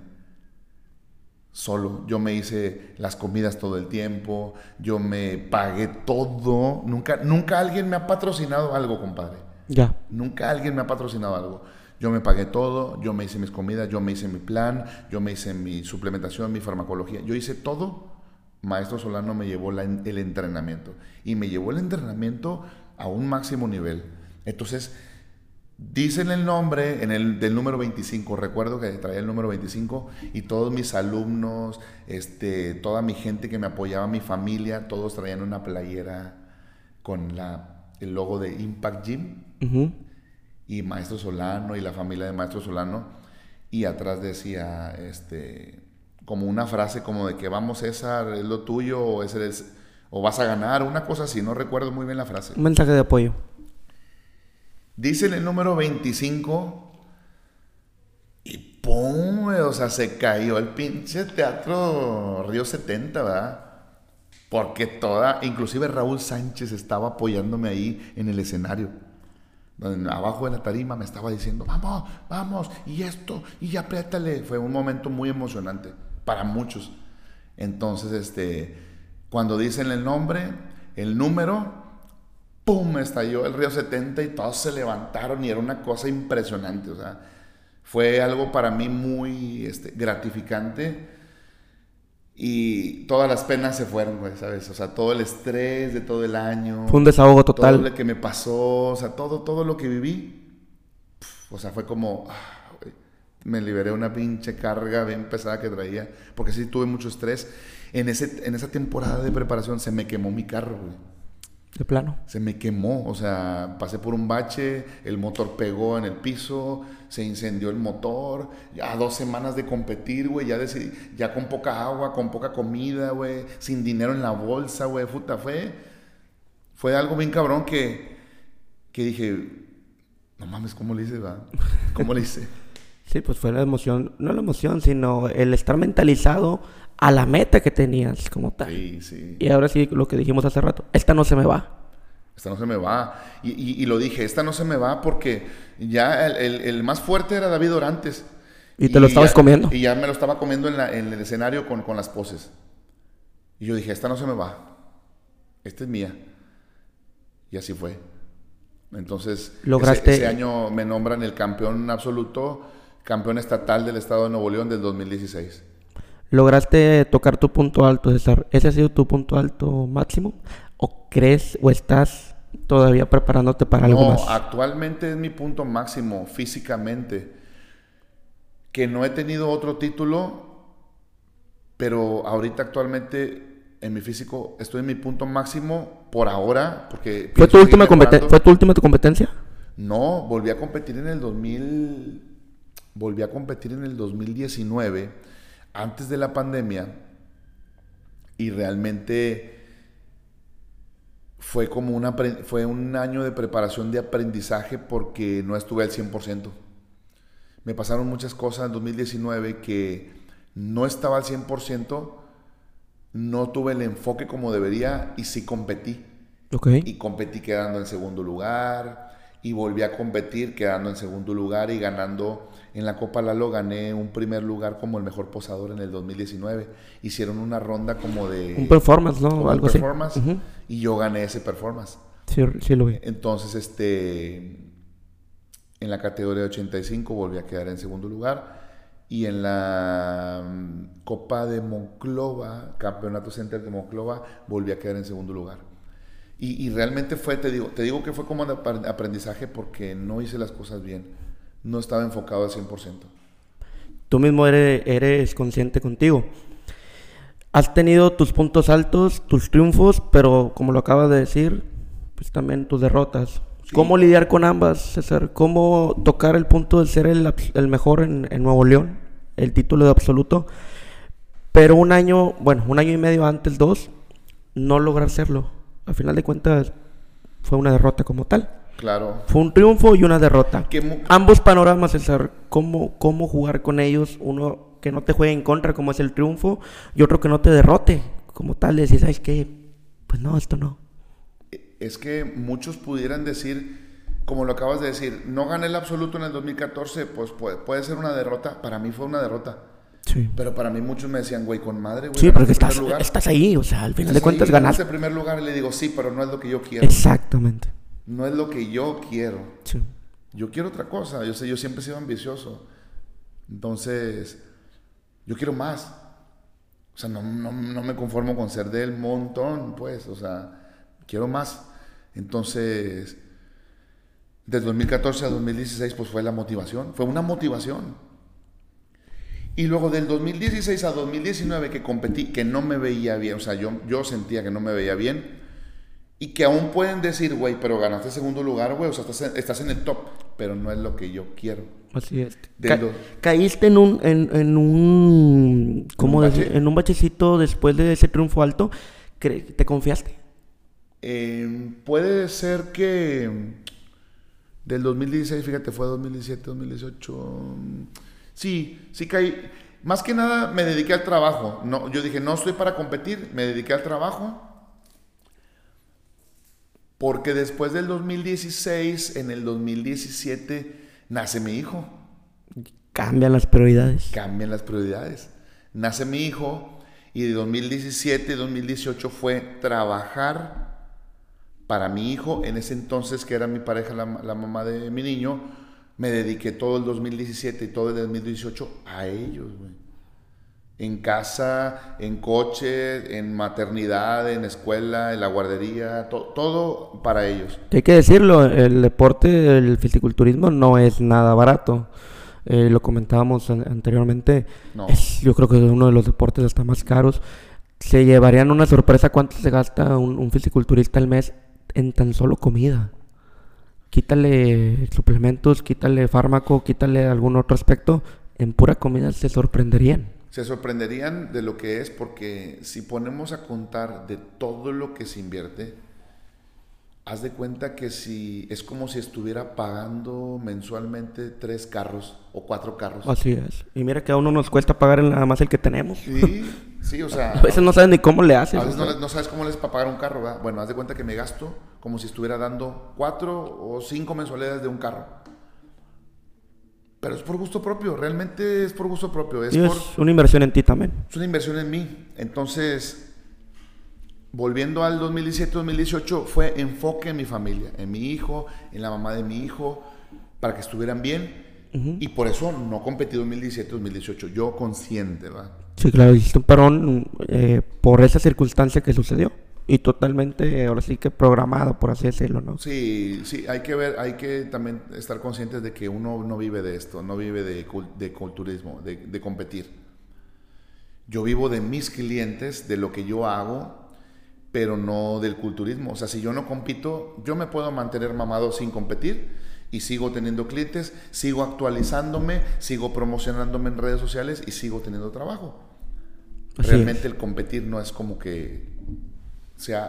Solo. Yo me hice las comidas todo el tiempo, yo me pagué todo. Nunca, nunca alguien me ha patrocinado algo, compadre. Ya. Nunca alguien me ha patrocinado algo. Yo me pagué todo, yo me hice mis comidas, yo me hice mi plan, yo me hice mi suplementación, mi farmacología. Yo hice todo. Maestro Solano me llevó la, el entrenamiento. Y me llevó el entrenamiento a un máximo nivel. Entonces, dicen el nombre en el, del número veinticinco, recuerdo que traía el número veinticinco y todos mis alumnos, este, toda mi gente que me apoyaba, mi familia, todos traían una playera con la, el logo de Impact Gym uh-huh. y Maestro Solano y la familia de Maestro Solano, y atrás decía este, como una frase como de que vamos César, es lo tuyo o, es el, o vas a ganar, una cosa así, no recuerdo muy bien la frase. Un mensaje de apoyo. Dicen el número veinticinco y ¡pum! O sea, se cayó el pinche teatro Río setenta, ¿verdad? Porque toda, inclusive Raúl Sánchez estaba apoyándome ahí en el escenario. Abajo de la tarima me estaba diciendo, vamos, vamos, y esto, y apriétale. Fue un momento muy emocionante para muchos. Entonces, este, cuando dicen el nombre, el número... ¡pum! Estalló el Río setenta y todos se levantaron y era una cosa impresionante. O sea, fue algo para mí muy este, gratificante y todas las penas se fueron, güey, ¿sabes? O sea, todo el estrés de todo el año. Fue un desahogo total. Todo lo que me pasó, o sea, todo, todo lo que viví. Puf, o sea, fue como... Ah, güey, me liberé una pinche carga bien pesada que traía, porque sí tuve mucho estrés. En, ese, en esa temporada de preparación se me quemó mi carro, güey. De plano. Se me quemó, o sea, pasé por un bache, el motor pegó en el piso, se incendió el motor, ya dos semanas de competir, güey, ya, decidí, ya con poca agua, con poca comida, güey, sin dinero en la bolsa, güey, puta, fue, fue algo bien cabrón que, que dije, no mames, ¿cómo le hice, va? ¿Cómo le hice? Sí, pues fue la emoción, no la emoción, sino el estar mentalizado a la meta que tenías como tal. Sí, sí. Y ahora sí, lo que dijimos hace rato, esta no se me va. Esta no se me va. Y, y, y lo dije, esta no se me va porque ya el, el, el más fuerte era David Orantes. Y te y lo estabas ya, comiendo. Y ya me lo estaba comiendo en, la, en el escenario con, con las poses. Y yo dije, esta no se me va. Esta es mía. Y así fue. Entonces, lograste... ese, ese año me nombran el campeón absoluto, campeón estatal del estado de Nuevo León del dos mil dieciséis. ¿Lograste tocar tu punto alto, César? ¿Ese ha sido tu punto alto máximo? ¿O crees o estás todavía preparándote para no, algo más? No, actualmente es mi punto máximo físicamente. Que no he tenido otro título, pero ahorita actualmente en mi físico estoy en mi punto máximo por ahora. Porque ¿Fue tu, última competen- ¿Fue tu última tu competencia? No, volví a competir en el dos mil... Volví a competir en el dos mil diecinueve, antes de la pandemia, y realmente fue como una, fue un año de preparación de aprendizaje porque no estuve al cien por ciento. Me pasaron muchas cosas en dos mil diecinueve que no estaba al cien por ciento, no tuve el enfoque como debería y sí competí. Okay. Y competí quedando en segundo lugar y volví a competir quedando en segundo lugar y ganando en la Copa Lalo. Gané un primer lugar como el mejor posador en el dos mil diecinueve. Hicieron una ronda como de... Un performance, ¿no? Algo así. Performance, uh-huh. Y yo gané ese performance. Sí, sí lo vi. Entonces, este, en la categoría de ochenta y cinco volví a quedar en segundo lugar. Y en la um, Copa de Monclova, Campeonato Center de Monclova, volví a quedar en segundo lugar. Y, y realmente fue, te digo, te digo que fue como un aprendizaje porque no hice las cosas bien. No estaba enfocado al cien por ciento. Tú mismo eres, eres consciente contigo. Has tenido tus puntos altos, tus triunfos, pero como lo acabas de decir, pues también tus derrotas. Sí. ¿Cómo lidiar con ambas, César? ¿Cómo tocar el punto de ser el, el mejor en, en Nuevo León? El título de absoluto. Pero un año, bueno, un año y medio antes, dos, no lograr serlo. Al final de cuentas, fue una derrota como tal. Claro. Fue un triunfo y una derrota. Mu- Ambos panoramas, César. ¿Cómo, ¿Cómo jugar con ellos? Uno que no te juegue en contra, como es el triunfo, y otro que no te derrote, como tal. Decir, ¿sabes qué? Pues no, esto no. Es que muchos pudieran decir, como lo acabas de decir, no gané el absoluto en el dos mil catorce, pues puede, puede ser una derrota. Para mí fue una derrota. Sí. Pero para mí muchos me decían, güey, con madre, güey. Sí, porque estás, estás ahí, o sea, al final de cuentas ahí, ganaste. En primer lugar le digo, sí, pero no es lo que yo quiero. Exactamente. No es lo que yo quiero. Sí. Yo quiero otra cosa. Yo sé, yo siempre he sido ambicioso. Entonces, yo quiero más. O sea, no, no, no me conformo con ser del montón, pues. O sea, quiero más. Entonces, del dos mil catorce a dos mil dieciséis, pues fue la motivación. Fue una motivación. Y luego del dos mil dieciséis a dos mil diecinueve que competí, que no me veía bien, o sea, yo, yo sentía que no me veía bien, y que aún pueden decir, güey, pero ganaste segundo lugar, güey, o sea, estás en, estás en el top, pero no es lo que yo quiero. Así es. Ca- do... Caíste en un, en, en un, ¿cómo decir? En un bachecito después de ese triunfo alto, ¿te confiaste? Eh, puede ser que del dos mil dieciséis, fíjate, fue dos mil diecisiete, dos mil dieciocho... Sí, sí caí. Más que nada me dediqué al trabajo. No, yo dije, no estoy para competir, me dediqué al trabajo. Porque después del dos mil dieciséis, en el dos mil diecisiete, nace mi hijo. Cambian las prioridades. Cambian las prioridades. Nace mi hijo y de dos mil diecisiete, dos mil dieciocho fue trabajar para mi hijo. En ese entonces, que era mi pareja, la, la mamá de mi niño, me dediqué todo el dos mil diecisiete y todo el dos mil dieciocho a ellos, güey. En casa, en coche, en maternidad, en escuela, en la guardería, to- todo para ellos. Hay que decirlo, el deporte, el fisiculturismo no es nada barato. Eh, lo comentábamos an- anteriormente. No. Es, yo creo que es uno de los deportes hasta más caros. Se llevarían una sorpresa cuánto se gasta un, un fisiculturista al mes en tan solo comida. Quítale suplementos, quítale fármaco, quítale algún otro aspecto, en pura comida se sorprenderían. Se sorprenderían de lo que es, porque si ponemos a contar de todo lo que se invierte, haz de cuenta que si es como si estuviera pagando mensualmente tres carros o cuatro carros. Así es. Y mira que a uno nos cuesta pagar nada más el que tenemos. Sí, sí, o sea... A veces no sabes ni cómo le haces. A veces o no, sea. no sabes cómo les para pagar un carro, ¿verdad? Bueno, haz de cuenta que me gasto como si estuviera dando cuatro o cinco mensualidades de un carro. Pero es por gusto propio, realmente es por gusto propio. Es, y por, es una inversión en ti también. Es una inversión en mí. Entonces, volviendo al dos mil diecisiete, dos mil dieciocho, fue enfoque en mi familia, en mi hijo, en la mamá de mi hijo, para que estuvieran bien. Uh-huh. Y por eso no competí dos mil diecisiete, dos mil dieciocho. Yo consciente, ¿va? Sí, claro, hiciste un parón eh, por esa circunstancia que sucedió. Y totalmente, ahora sí que programado, por así decirlo, ¿no? Sí, sí, hay que ver, hay que también estar conscientes de que uno no vive de esto, no vive de, de culturismo, de, de competir. Yo vivo de mis clientes, de lo que yo hago, pero no del culturismo. O sea, si yo no compito, yo me puedo mantener mamado sin competir y sigo teniendo clientes, sigo actualizándome, sigo promocionándome en redes sociales y sigo teniendo trabajo. Así Realmente es. El competir no es como que sea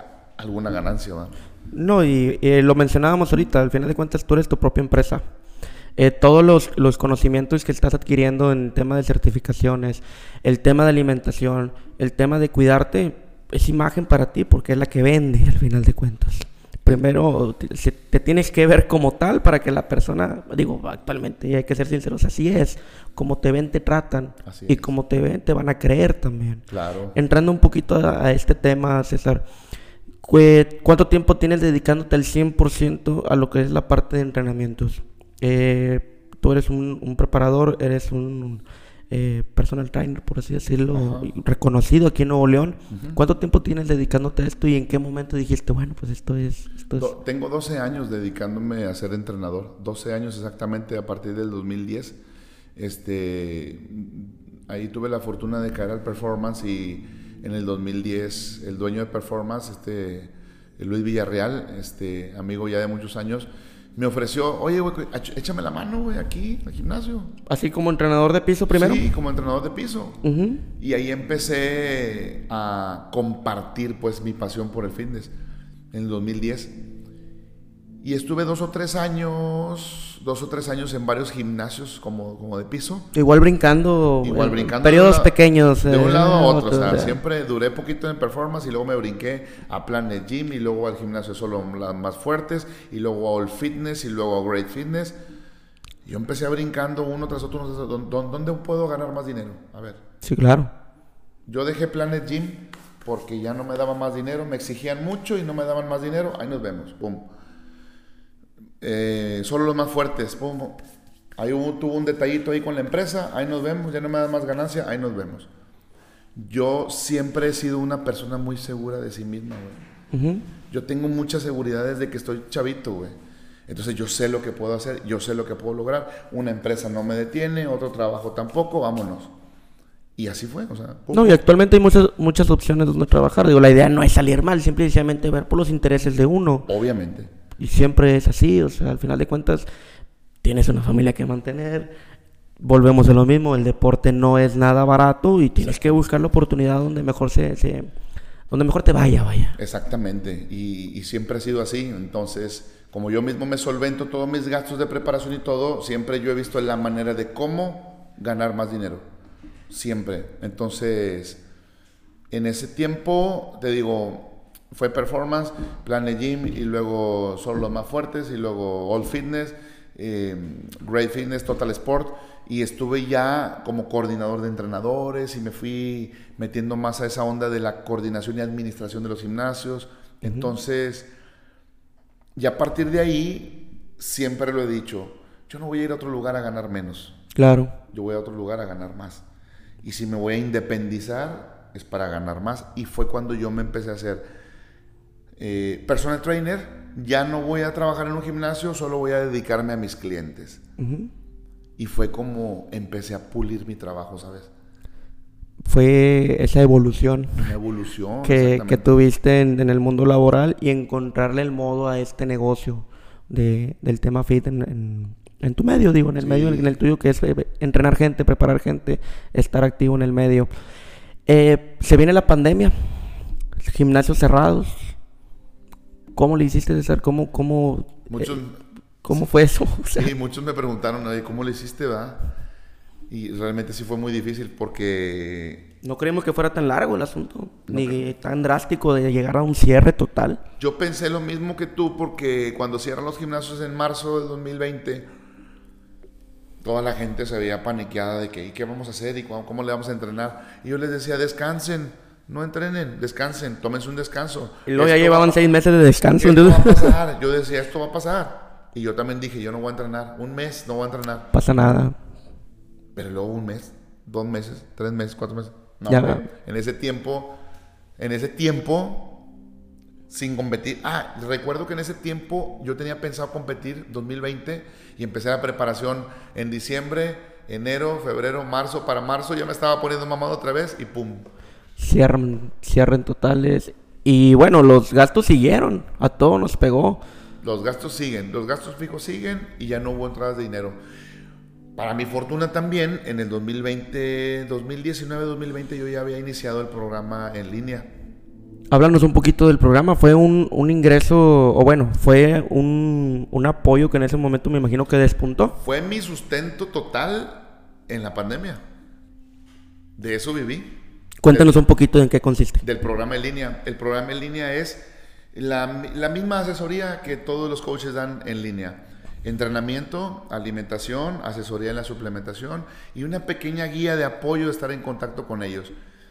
alguna ganancia, ¿va? No, y eh, lo mencionábamos ahorita, al final de cuentas tú eres tu propia empresa. Eh, todos los, los conocimientos que estás adquiriendo en tema de certificaciones, el tema de alimentación, el tema de cuidarte, es imagen para ti porque es la que vende al final de cuentas. Primero te, se- te tienes que ver como tal para que la persona, digo, actualmente y hay que ser sinceros, así es, como te ven te tratan Así y es. como te ven te van a creer también. Claro. Entrando un poquito a, a este tema, César, ¿Cué- ¿cuánto tiempo tienes dedicándote al cien por ciento a lo que es la parte de entrenamientos? Eh, tú eres un, un preparador, eres un eh, personal trainer, por así decirlo, Ajá. reconocido aquí en Nuevo León. Ujú. ¿Cuánto tiempo tienes dedicándote a esto y en qué momento dijiste, bueno, pues esto es... Esto es... Do- tengo doce años dedicándome a ser entrenador. doce años exactamente a partir del dos mil diez. Este, ahí tuve la fortuna de caer al performance y en el dos mil diez el dueño de performance, este, Luis Villarreal, este, amigo ya de muchos años, me ofreció, oye, güey, ech- échame la mano, güey, aquí, al gimnasio. Así como entrenador de piso primero. Sí, como entrenador de piso. Ujú. Y ahí empecé a compartir pues mi pasión por el fitness en el dos mil diez. Y estuve dos o tres años, dos o tres años en varios gimnasios como, como de piso. Igual brincando. Igual eh, brincando. Periodos de un lado- pequeños. De eh, un lado a otro. O sea, otro, siempre duré poquito en performance y luego me brinqué a Planet Gym y luego al gimnasio solo las más fuertes y luego a All Fitness y luego a Great Fitness. Yo empecé a brincando uno tras otro. Uno tras otro. ¿Dó- ¿Dónde puedo ganar más dinero? A ver. Sí, claro. Yo dejé Planet Gym porque ya no me daba más dinero, me exigían mucho y no me daban más dinero, ahí nos vemos, pum. Eh, solo los más fuertes, pum. Ahí hubo, tuvo un detallito ahí con la empresa, ahí nos vemos, ya no me dan más ganancia, ahí nos vemos. Yo siempre he sido una persona muy segura de sí misma, güey. Ujú. Yo tengo mucha seguridad desde que estoy chavito, güey. Entonces yo sé lo que puedo hacer, yo sé lo que puedo lograr. Una empresa no me detiene, otro trabajo tampoco, vámonos. Y así fue, o sea, pum. No, y actualmente hay muchas, muchas opciones donde trabajar. Digo, la idea no es salir mal, simple y sencillamente ver por los intereses de uno. Obviamente. Y siempre es así, o sea, al final de cuentas, tienes una familia que mantener. Volvemos a lo mismo, el deporte no es nada barato y tienes que buscar la oportunidad donde mejor se, se donde mejor te vaya, vaya. Exactamente, y, y siempre ha sido así. Entonces, como yo mismo me solvento todos mis gastos de preparación y todo, siempre yo he visto la manera de cómo ganar más dinero. Siempre. Entonces, en ese tiempo, te digo, fue Performance, Planet Gym y luego Solo los más fuertes y luego All Fitness, eh, Great Fitness, Total Sport. Y estuve ya como coordinador de entrenadores y me fui metiendo más a esa onda de la coordinación y administración de los gimnasios. Uh-huh. Entonces, y a partir de ahí, siempre lo he dicho, yo no voy a ir a otro lugar a ganar menos. Claro. Yo voy a otro lugar a ganar más. Y si me voy a independizar, es para ganar más. Y fue cuando yo me empecé a hacer eh, personal trainer. Ya no voy a trabajar en un gimnasio, solo voy a dedicarme a mis clientes. Uh-huh. Y fue como empecé a pulir mi trabajo, ¿sabes? Fue esa evolución. Una evolución. Que, que tuviste en, en el mundo laboral y encontrarle el modo a este negocio de, del tema fit en, en, en tu medio, digo, en el sí. medio, en el tuyo, que es eh, entrenar gente, preparar gente, estar activo en el medio. Eh, se viene la pandemia, gimnasios cerrados. ¿Cómo le hiciste, César? ¿Cómo, cómo, Muchos... eh, ¿Cómo fue eso? O sea, sí, muchos me preguntaron, ¿cómo le hiciste, va? Y realmente sí fue muy difícil porque... No creímos que fuera tan largo el asunto, no ni creo. tan drástico de llegar a un cierre total. Yo pensé lo mismo que tú porque cuando cierran los gimnasios en marzo del dos mil veinte, toda la gente se veía paniqueada de que, ¿y qué vamos a hacer? ¿Y cómo, cómo le vamos a entrenar? Y yo les decía, descansen, no entrenen, descansen, tómense un descanso. Y luego ya llevaban a, seis meses de descanso. Esto va a pasar. Yo decía, esto va a pasar. Y yo también dije, yo no voy a entrenar. Un mes no voy a entrenar. Pasa nada. Pero luego un mes, dos meses, tres meses, cuatro meses. No, ya. Güey, en ese tiempo, en ese tiempo, sin competir. Ah, recuerdo que en ese tiempo yo tenía pensado competir dos mil veinte y empecé la preparación en diciembre, enero, febrero, marzo. Para marzo ya me estaba poniendo mamado otra vez y pum. Cierran, cierran totales. Y bueno, los gastos siguieron. A todos nos pegó. Los gastos siguen, los gastos fijos siguen y ya no hubo entradas de dinero. Para mi fortuna también, en el dos mil veinte, dos mil diecinueve, dos mil veinte yo ya había iniciado el programa en línea. Háblanos un poquito del programa. ¿Fue un, un ingreso, o bueno, fue un, un apoyo que en ese momento me imagino que despuntó? Fue mi sustento total en la pandemia. De eso viví. Cuéntanos del, un poquito de en qué consiste. Del programa en línea. El programa en línea es la, la misma asesoría que todos los coaches dan en línea. Entrenamiento, alimentación, asesoría en la suplementación y una pequeña guía de apoyo de estar en contacto con ellos.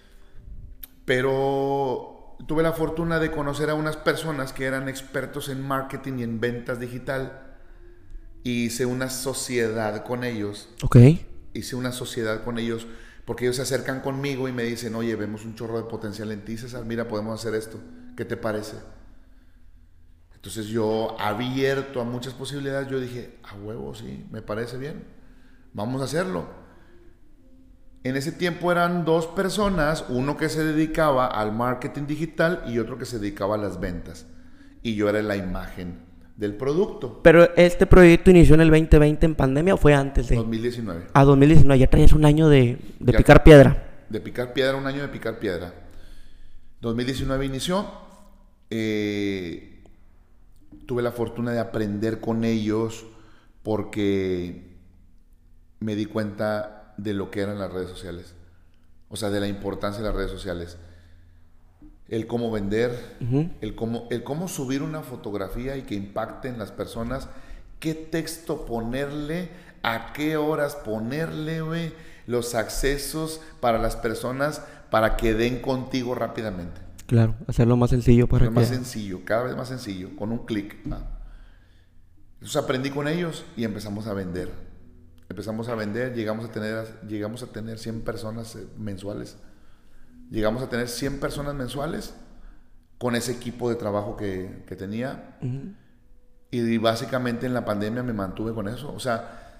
Pero tuve la fortuna de conocer a unas personas que eran expertos en marketing y en ventas digital. Y hice una sociedad con ellos. Ok. Hice una sociedad con ellos porque ellos se acercan conmigo y me dicen, oye, vemos un chorro de potencial en ti, César, mira, podemos hacer esto. ¿Qué te parece? Entonces yo, abierto a muchas posibilidades, yo dije, a huevo, sí, me parece bien. Vamos a hacerlo. En ese tiempo eran dos personas, uno que se dedicaba al marketing digital y otro que se dedicaba a las ventas. Y yo era la imagen del producto. Pero este proyecto inició en el veinte veinte en pandemia, ¿o fue antes de...? dos mil diecinueve. Ah, dos mil diecinueve, ya traías un año de, de picar piedra. De picar piedra, un año de picar piedra. dos mil diecinueve inició. Eh, tuve la fortuna de aprender con ellos porque me di cuenta de lo que eran las redes sociales. O sea, de la importancia de las redes sociales. El cómo vender, uh-huh. el, cómo, el cómo subir una fotografía y que impacte en las personas, qué texto ponerle, a qué horas ponerle, wey, los accesos para las personas para que den contigo rápidamente. Claro, hacerlo más sencillo para que... Más sencillo, cada vez más sencillo, con un clic. ¿no? Entonces aprendí con ellos y empezamos a vender. Empezamos a vender, llegamos a tener, llegamos a tener cien personas mensuales. Llegamos a tener cien personas mensuales con ese equipo de trabajo que, que tenía. Uh-huh. Y básicamente en la pandemia me mantuve con eso. O sea,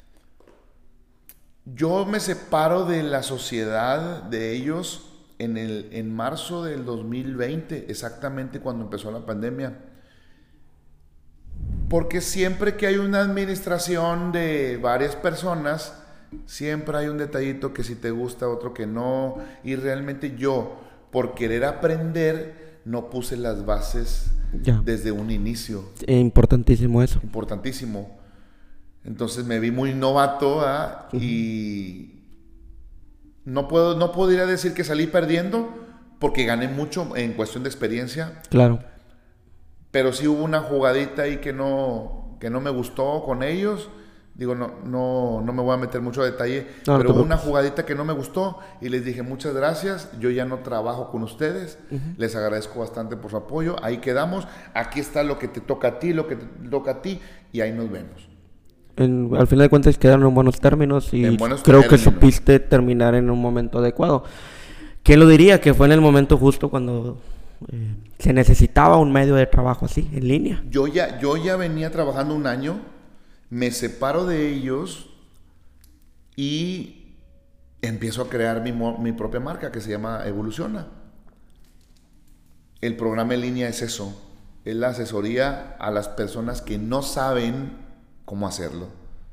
yo me separo de la sociedad de ellos en, el, en marzo del dos mil veinte, exactamente cuando empezó la pandemia. Porque siempre que hay una administración de varias personas... Siempre hay un detallito que si te gusta, otro que no. Y realmente yo, por querer aprender, no puse las bases ya. Desde un inicio. Importantísimo eso. Importantísimo. Entonces me vi muy novato, ¿eh? Uh-huh. Y no puedo, no podría decir que salí perdiendo, porque gané mucho en cuestión de experiencia. Claro. Pero sí hubo una jugadita ahí que no, que no me gustó con ellos. Digo, no, no, no me voy a meter mucho a detalle, no, pero hubo una jugadita que no me gustó y les dije muchas gracias, yo ya no trabajo con ustedes, uh-huh. les agradezco bastante por su apoyo, ahí quedamos, aquí está lo que te toca a ti, lo que te toca a ti y ahí nos vemos. En, al final de cuentas quedaron en buenos términos y buenos creo términos. Que supiste terminar en un momento adecuado. ¿Quién lo diría? Que fue en el momento justo cuando eh, se necesitaba un medio de trabajo así, en línea. Yo ya, yo ya venía trabajando un año. Me separo de ellos y empiezo a crear mi, mi propia marca que se llama Evoluciona. El programa en línea es eso, es la asesoría a las personas que no saben cómo hacerlo.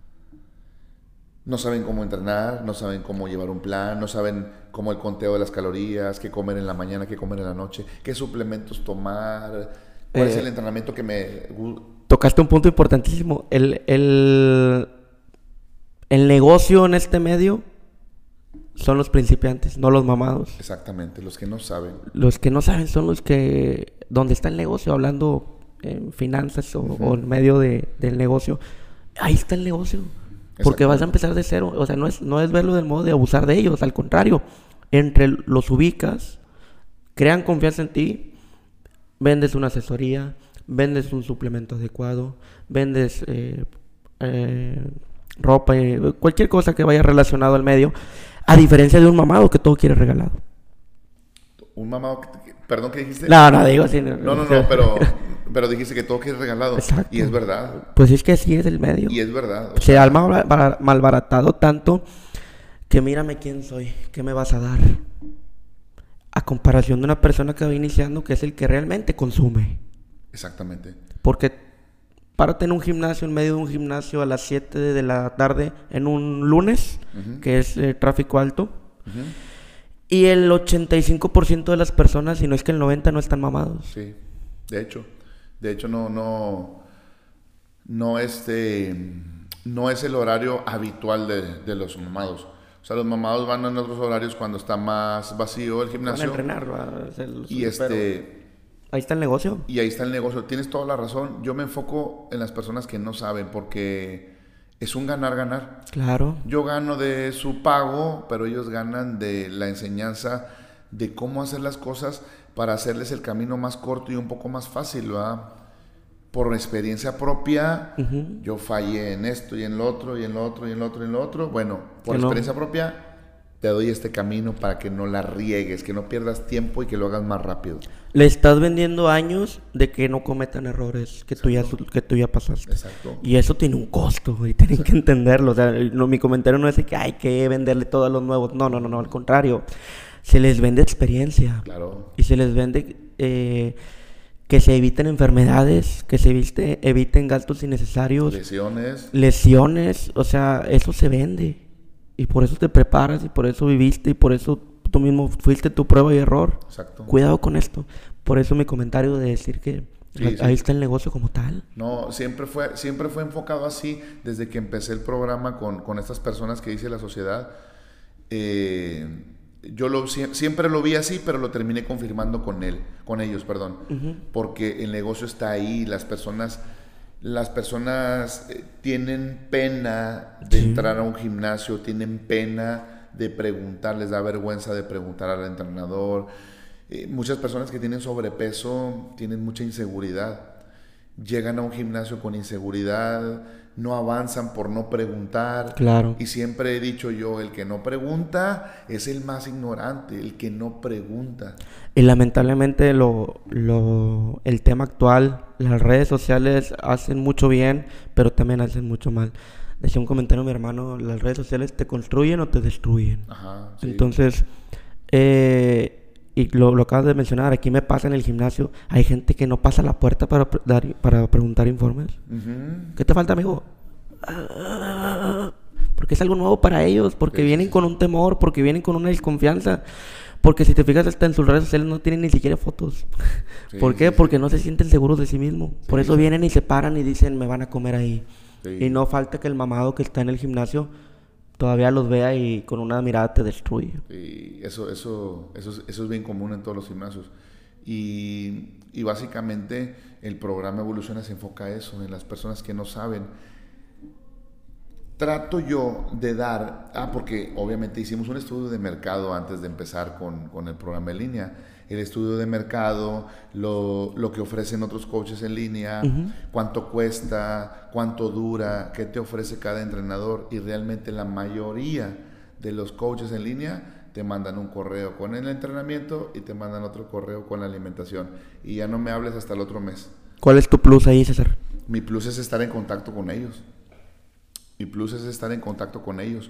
No saben cómo entrenar, no saben cómo llevar un plan, no saben cómo el conteo de las calorías, qué comer en la mañana, qué comer en la noche, qué suplementos tomar, cuál eh, es el entrenamiento que me... Tocaste un punto importantísimo. El, el, el negocio en este medio son los principiantes, no los mamados. Exactamente, los que no saben. Los que no saben son los que... Donde está el negocio, hablando en finanzas o, uh-huh. o en medio de, del negocio. Ahí está el negocio. Porque vas a empezar de cero. O sea, no es, no es verlo del modo de abusar de ellos. Al contrario, entre los ubicas, crean confianza en ti, vendes una asesoría... Vendes un suplemento adecuado, vendes eh, eh, ropa, eh, cualquier cosa que vaya relacionado al medio, a diferencia de un mamado que todo quiere regalado. Un mamado, perdón, ¿qué dijiste? No, no, digo así. No, no, no, no pero, pero dijiste que todo quiere regalado. Exacto. Y es verdad. Pues es que así es el medio. Y es verdad. Se ha mal, malbaratado tanto que mírame quién soy, ¿qué me vas a dar? A comparación de una persona que va iniciando, que es el que realmente consume. Exactamente. Porque párate en un gimnasio, en medio de un gimnasio a las siete de la tarde en un lunes, uh-huh. que es eh, tráfico alto, uh-huh. Y el ochenta y cinco por ciento de las personas, si no es que el noventa por ciento, no están mamados. Sí, de hecho. De hecho, no, no, no, este, no es el horario habitual de, de los mamados. O sea, los mamados van en otros horarios cuando está más vacío el gimnasio. Van a entrenar, va a hacer los- Y este... Ahí está el negocio. Y ahí está el negocio. Tienes toda la razón. Yo me enfoco en las personas que no saben porque es un ganar-ganar. Claro. Yo gano de su pago, pero ellos ganan de la enseñanza de cómo hacer las cosas para hacerles el camino más corto y un poco más fácil, ¿verdad? Por experiencia propia, Uh-huh. yo fallé en esto y en lo otro y en lo otro y en lo otro y en lo otro. Bueno, por Que no. experiencia propia, te doy este camino para que no la riegues, que no pierdas tiempo y que lo hagas más rápido. Le estás vendiendo años de que no cometan errores que tú ya, que tú ya pasaste. Exacto. Y eso tiene un costo, y tienen que entenderlo. O sea, no, mi comentario no es de que hay que venderle todo a los nuevos. No, no, no, no, al contrario. Se les vende experiencia. Claro. Y se les vende eh, que se eviten enfermedades, que se evite, eviten gastos innecesarios, Lesiones. lesiones. O sea, eso se vende. Y por eso te preparas, y por eso viviste, y por eso tú mismo fuiste tu prueba y error. Exacto. Cuidado con esto. Por eso mi comentario de decir que Sí, ahí sí. está el negocio como tal. No, siempre fue, siempre fue enfocado así desde que empecé el programa con, con estas personas que dice la sociedad. Eh, yo lo, sie- siempre lo vi así, pero lo terminé confirmando con él, con ellos, perdón. Ujú. Porque el negocio está ahí, las personas, las personas eh, tienen pena de Sí. entrar a un gimnasio, tienen pena de preguntar, les da vergüenza de preguntar al entrenador. Eh, muchas personas que tienen sobrepeso tienen mucha inseguridad. Llegan a un gimnasio con inseguridad, no avanzan por no preguntar. Claro. Y siempre he dicho yo, el que no pregunta es el más ignorante, el que no pregunta. Y lamentablemente lo, lo, el tema actual, las redes sociales hacen mucho bien, pero también hacen mucho mal. Decía un comentario mi hermano, las redes sociales te construyen o te destruyen. Ajá, sí. Entonces, eh, y lo, lo acabas de mencionar, aquí me pasa en el gimnasio, hay gente que no pasa la puerta para, pre- dar, para preguntar informes. Ujú. ¿Qué te falta, amigo? Ah, porque es algo nuevo para ellos, porque Sí, vienen sí, con un temor, porque vienen con una desconfianza. Porque si te fijas, hasta en sus redes sociales no tienen ni siquiera fotos. Sí, ¿Por qué? sí, Porque sí. no se sienten seguros de sí mismos. Por Sí, eso sí. vienen y se paran y dicen, me van a comer ahí. Sí. Y no falta que el mamado que está en el gimnasio todavía los vea y con una mirada te destruye. Y eso, eso, eso, es, eso es bien común en todos los gimnasios. Y, y básicamente el programa Evoluciona se enfoca a eso, en las personas que no saben. Trato yo de dar, ah, porque obviamente hicimos un estudio de mercado antes de empezar con, con el programa en línea. El estudio de mercado, lo, lo que ofrecen otros coaches en línea, Ujú. cuánto cuesta, cuánto dura, qué te ofrece cada entrenador. Y realmente la mayoría de los coaches en línea te mandan un correo con el entrenamiento y te mandan otro correo con la alimentación. Y ya no me hables hasta el otro mes. ¿Cuál es tu plus ahí, César? Mi plus es estar en contacto con ellos. Mi plus es estar en contacto con ellos.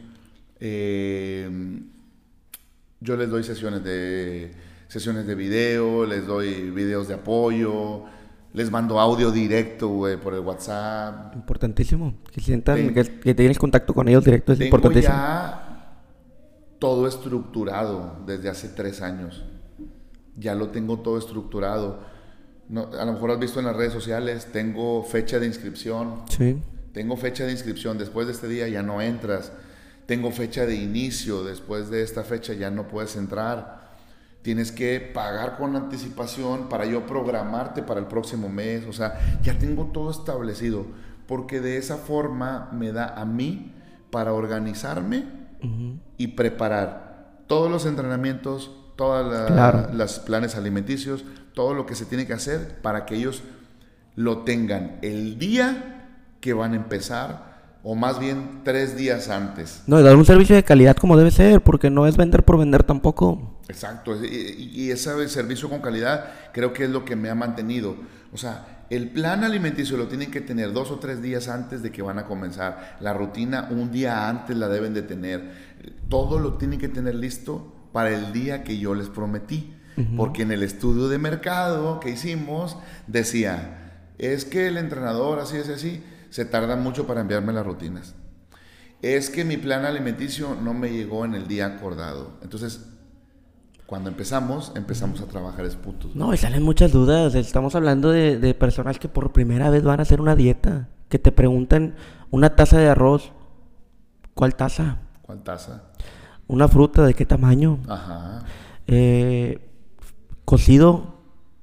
Eh, yo les doy sesiones de, sesiones de video, les doy videos de apoyo, les mando audio directo, güey, por el WhatsApp. Importantísimo. Que sientan Ten- que, que tienes contacto con ellos directo es Tengo importantísimo. ya todo estructurado desde hace tres años. Ya lo tengo todo estructurado. No, a lo mejor has visto en las redes sociales, tengo fecha de inscripción. Sí. Tengo fecha de inscripción, después de este día ya no entras. Tengo fecha de inicio, después de esta fecha ya no puedes entrar. Tienes que pagar con anticipación para yo programarte para el próximo mes. O sea, ya tengo todo establecido, porque de esa forma me da a mí para organizarme Ujú. y preparar todos los entrenamientos, todos Claro. los planes alimenticios, todo lo que se tiene que hacer para que ellos lo tengan el día que van a empezar, o más bien tres días antes. No, y dar un servicio de calidad como debe ser, porque no es vender por vender tampoco. Exacto, y, y ese servicio con calidad creo que es lo que me ha mantenido. O sea, el plan alimenticio lo tienen que tener dos o tres días antes de que van a comenzar. La rutina un día antes la deben de tener. Todo lo tienen que tener listo para el día que yo les prometí. Uh-huh. Porque en el estudio de mercado que hicimos decía, es que el entrenador así es así, se tarda mucho para enviarme las rutinas. Es que mi plan alimenticio no me llegó en el día acordado. Entonces, Cuando empezamos, empezamos a trabajar esputos. No, y salen muchas dudas. Estamos hablando de, de personas que por primera vez van a hacer una dieta. Que te preguntan, una taza de arroz, ¿cuál taza? ¿Cuál taza? Una fruta, ¿de qué tamaño? Ajá. Eh, ¿Cocido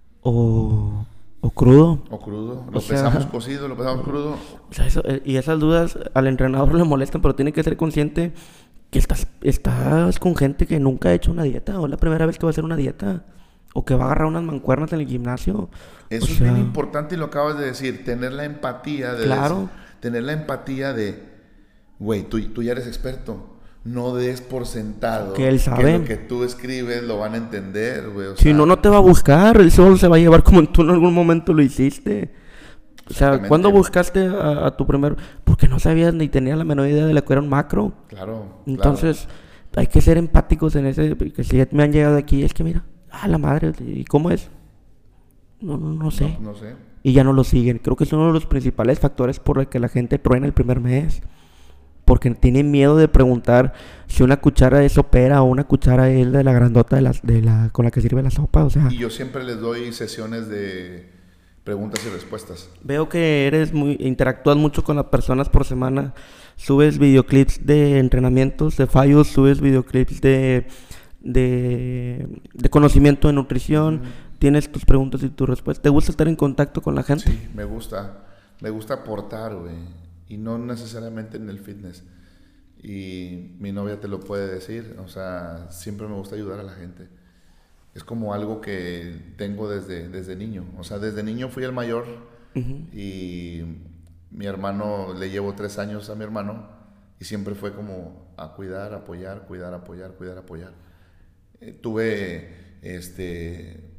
o, o crudo? O crudo. Lo O sea, pesamos cocido, lo pesamos crudo. O sea, eso, eh, y esas dudas al entrenador le molestan, pero tiene que ser consciente que estás, estás con gente que nunca ha hecho una dieta, o es la primera vez que va a hacer una dieta, o que va a agarrar unas mancuernas en el gimnasio. Eso O es sea, bien importante y lo acabas de decir, tener la empatía de Claro. decir- tener la empatía de, güey, tú, tú ya eres experto, no des por sentado Que él sabe. que lo que tú escribes lo van a entender, güey. O Si sea, no, no te va a buscar, él solo se va a llevar como tú en algún momento lo hiciste. O sea, Exactamente. ¿cuándo buscaste a, a tu primer...? Porque no sabías ni tenías la menor idea de lo que era un macro. Claro. Entonces, hay que ser empáticos en ese... Que si ya me han llegado aquí, es que mira, ah, la madre, ¿y cómo es? No, no, no sé. claro. No, no sé. Y ya no lo siguen. Creo que es uno de los principales factores por el que la gente truena el primer mes. Porque tienen miedo de preguntar si una cuchara es sopera o una cuchara es de la grandota de la, de la, con la que sirve la sopa. O sea, Y yo siempre les doy sesiones de preguntas y respuestas. veo que eres muy, interactúas mucho con las personas por semana. Subes videoclips de entrenamientos, de fallos, subes videoclips de, de, de conocimiento de nutrición. Ujú. Tienes tus preguntas y tus respuestas. ¿Te gusta estar en contacto con la gente? Sí, me gusta. Me gusta aportar, güey. Y no necesariamente en el fitness. Y mi novia te lo puede decir. O sea, siempre me gusta ayudar a la gente. Es como algo que tengo desde, desde niño. O sea, desde niño fui el mayor. Ujú. Y mi hermano, le llevo tres años a mi hermano. Y siempre fue como a cuidar, apoyar, cuidar, apoyar, cuidar, apoyar. Eh, tuve, este...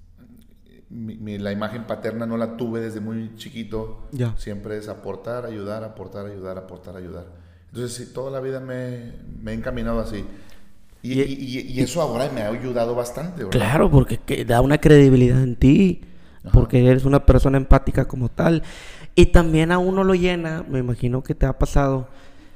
Mi, mi- la imagen paterna no la tuve desde muy chiquito. Ya. Siempre es aportar, ayudar, aportar, ayudar, aportar, ayudar. Entonces, sí, toda la vida me, me he encaminado así. Y, Y- y- y- y eso ahora me ha ayudado bastante, ¿verdad? Claro, porque que da una credibilidad en ti, Ajá. porque eres una persona empática como tal. Y también a uno lo llena, me imagino que te ha pasado,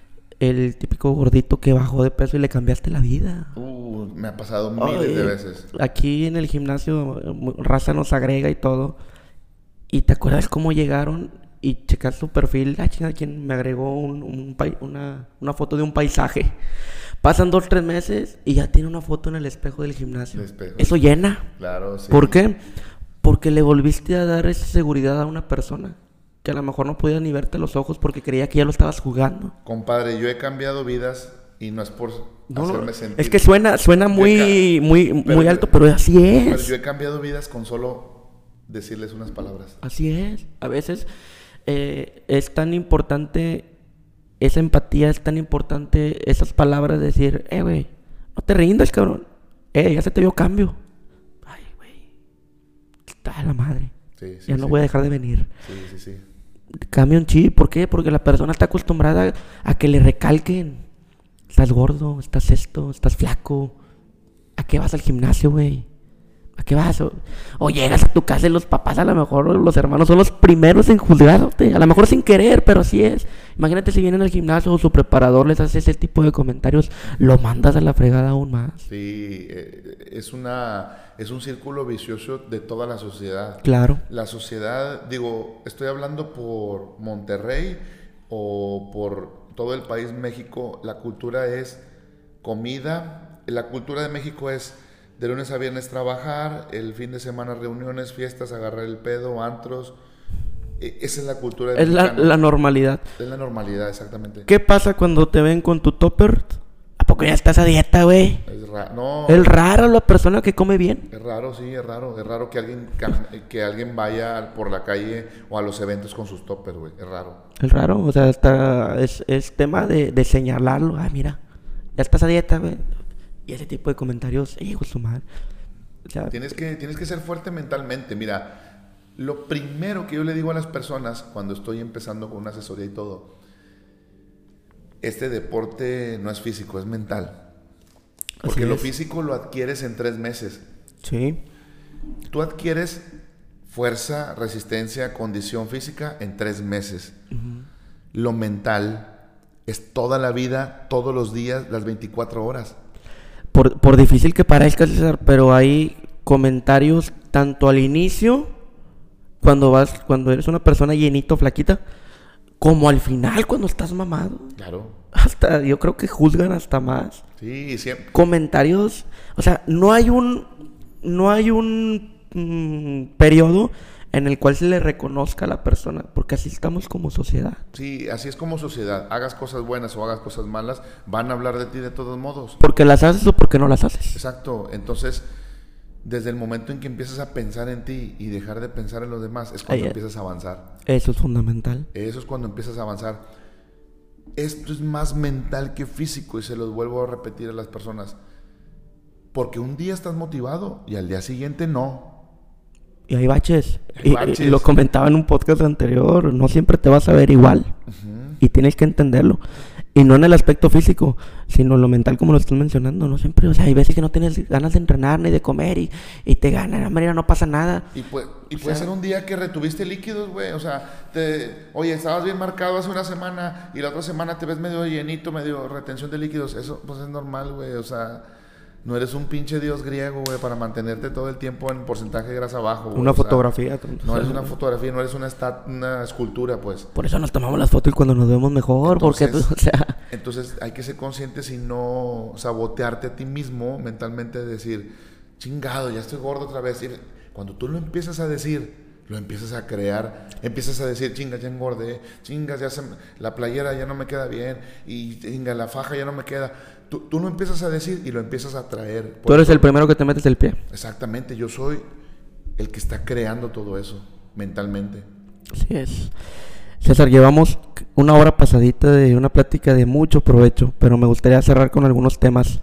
el típico gordito que bajó de peso y le cambiaste la vida. Uh, me ha pasado miles Oye, de veces. Aquí en el gimnasio, eh, mu- raza nos agrega y todo. ¿Y te acuerdas cómo llegaron y checas su perfil? Ah, chinga, ¿quién me agregó un, un pai- una, una foto de un paisaje? Pasan dos, tres meses y ya tiene una foto en el espejo del gimnasio. El espejo. Eso llena. Claro, sí. ¿Por qué? Porque le volviste a dar esa seguridad a una persona que a lo mejor no podía ni verte los ojos porque creía que ya lo estabas jugando. Compadre, yo he cambiado vidas y no es por No, no, hacerme sentir... es que suena, suena muy, muy, Pero muy yo- alto, pero así Pero es. yo he cambiado vidas con solo decirles unas palabras. Así es. A veces eh, es tan importante esa empatía, es tan importante esas palabras de decir, eh, güey, no te rindas, cabrón. Eh, ya se te vio cambio. Ay, güey. Está la madre. Sí, sí, Ya no sí. voy a dejar de venir. Sí, sí, sí. Cambia un chip. ¿Por qué? Porque la persona está acostumbrada a que le recalquen. Estás gordo, estás esto, estás flaco. ¿A qué vas al gimnasio, güey? ¿A qué vas? O, o llegas a tu casa y los papás, a lo mejor, o los hermanos son los primeros en juzgarte. A lo mejor sin querer, pero así es. Imagínate si vienen al gimnasio o su preparador les hace ese tipo de comentarios, lo mandas a la fregada aún más. Sí, eh, es una es un círculo vicioso de toda la sociedad. Claro. La sociedad, digo, estoy hablando por Monterrey o por todo el país México, la cultura es comida, la cultura de México es de lunes a viernes trabajar, el fin de semana reuniones, fiestas, agarrar el pedo, antros. E- Esa es la cultura de Es la, la normalidad. Es la normalidad, exactamente. ¿Qué pasa cuando te ven con tu topper? ¿A poco ya estás a dieta, güey? Es ra- no, Es raro la persona que come bien. es raro, sí, es raro. Es raro que alguien, cam- que alguien vaya por la calle o a los eventos con sus toppers, güey. Es raro. Es raro, o sea, está, es, es tema de, de señalarlo. Ah, mira, ya estás a dieta, güey. Y ese tipo de comentarios, hijo de su madre. O sea, Tienes que, tienes que ser fuerte mentalmente. Mira, lo primero que yo le digo a las personas cuando estoy empezando con una asesoría y todo, este deporte no es físico, es mental. Porque Así lo es. físico lo adquieres en tres meses. sí, Tú adquieres fuerza, resistencia, condición física en tres meses. Lo mental es toda la vida, todos los días, las veinticuatro horas. por, por difícil que parezca, César, pero hay comentarios tanto al inicio, cuando vas, cuando eres una persona llenito, flaquita, como al final cuando estás mamado. Claro. Hasta, yo creo que juzgan hasta más. Sí, siempre. Comentarios, o sea, no hay un, no hay un mmm, periodo en el cual se le reconozca a la persona, porque así estamos como sociedad. Sí, así es como sociedad. Hagas cosas buenas o hagas cosas malas, van a hablar de ti de todos modos. Porque las haces o porque no las haces. Exacto. Entonces, desde el momento en que empiezas a pensar en ti y dejar de pensar en los demás, es cuando Ahí, empiezas a avanzar. Eso es fundamental. Eso es cuando empiezas a avanzar. Esto es más mental que físico, y se los vuelvo a repetir a las personas. Porque un día estás motivado y al día siguiente no. Y hay baches. Hay y, baches. y lo comentaba en un podcast anterior, no siempre te vas a ver igual. Uh-huh. Y tienes que entenderlo. Y no en el aspecto físico, sino en lo mental, como lo estás mencionando. No siempre, o sea, hay veces que no tienes ganas de entrenar ni de comer y, y te ganan, la manera no pasa nada. Y, puede, y puede sea, ser un día que retuviste líquidos, güey. O sea, te, oye, estabas bien marcado hace una semana y la otra semana te ves medio llenito, medio retención de líquidos. Eso, pues es normal, güey. O sea, no eres un pinche dios griego, güey, para mantenerte todo el tiempo en porcentaje de grasa bajo. Una fotografía. Sea, no eres una fotografía, no eres una, estat, una escultura, pues. Por eso nos tomamos las fotos y cuando nos vemos mejor, entonces, porque, o sea... Entonces hay que ser conscientes y no sabotearte a ti mismo mentalmente, decir, chingado, ya estoy gordo otra vez. Y cuando tú lo empiezas a decir, lo empiezas a crear, empiezas a decir, chinga, ya engordé, chingas, ya se, la playera ya no me queda bien, y chinga, la faja ya no me queda. Tú, tú lo empiezas a decir y lo empiezas a traer. Tú eres el primero que te metes el pie. Exactamente, yo soy el que está creando todo eso mentalmente. Así es. César, llevamos una hora pasadita de una plática de mucho provecho, pero me gustaría cerrar con algunos temas.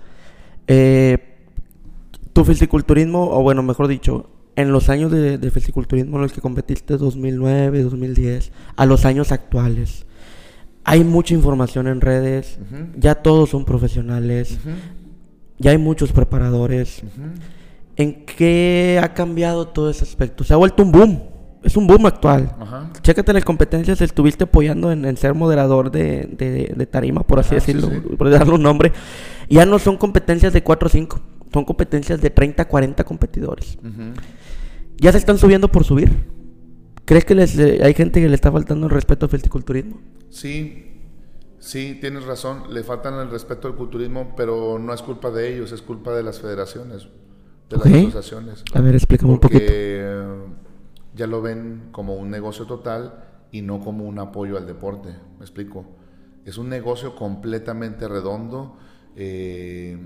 Eh, tu fisiculturismo, o bueno, mejor dicho, en los años de, de fisiculturismo en los que competiste, dos mil nueve, dos mil diez, a los años actuales, hay mucha información en redes, uh-huh. ya todos son profesionales, uh-huh. ya hay muchos preparadores. Uh-huh. ¿En qué ha cambiado todo ese aspecto? Se ha vuelto un boom, es un boom actual. Uh-huh. Chécate en las competencias, estuviste apoyando en, en ser moderador de, de, de tarima, por así uh-huh, decirlo, sí, sí. por darle un nombre. Ya no son competencias de cuatro o cinco, son competencias de treinta, cuarenta competidores. Uh-huh. Ya se están subiendo por subir. ¿Crees que les, eh, hay gente que le está faltando el respeto al fisiculturismo? Sí, sí, tienes razón. Le faltan el respeto al culturismo, pero no es culpa de ellos, es culpa de las federaciones, de okay. las asociaciones. A ver, explícame un poquito. Porque ya lo ven como un negocio total y no como un apoyo al deporte. ¿Me explico? Es un negocio completamente redondo. Eh,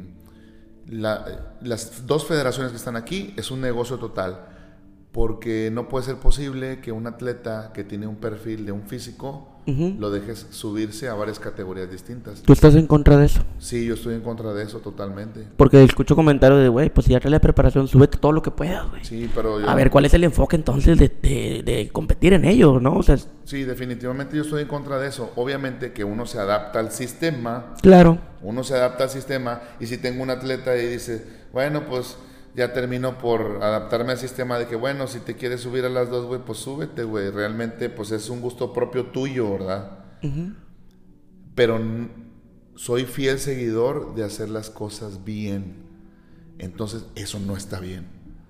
la, las dos federaciones que están aquí es un negocio total. Porque no puede ser posible que un atleta que tiene un perfil de un físico uh-huh. lo dejes subirse a varias categorías distintas. ¿Tú estás en contra de eso? Sí, yo estoy en contra de eso totalmente. Porque escucho comentarios de, güey, pues si ya traes la preparación, súbete todo lo que puedas, güey. Sí, pero yo... A ver, ¿cuál es el enfoque entonces de, de, de competir en ello, no? O sea... Sí, definitivamente yo estoy en contra de eso. Obviamente que uno se adapta al sistema. Claro. Uno se adapta al sistema y si tengo un atleta y dice, bueno, pues... ya termino por adaptarme al sistema de que, bueno, si te quieres subir a las dos, güey, pues súbete, güey. Realmente, pues es un gusto propio tuyo, ¿verdad? Uh-huh. Pero n- soy fiel seguidor de hacer las cosas bien. Entonces, eso no está bien.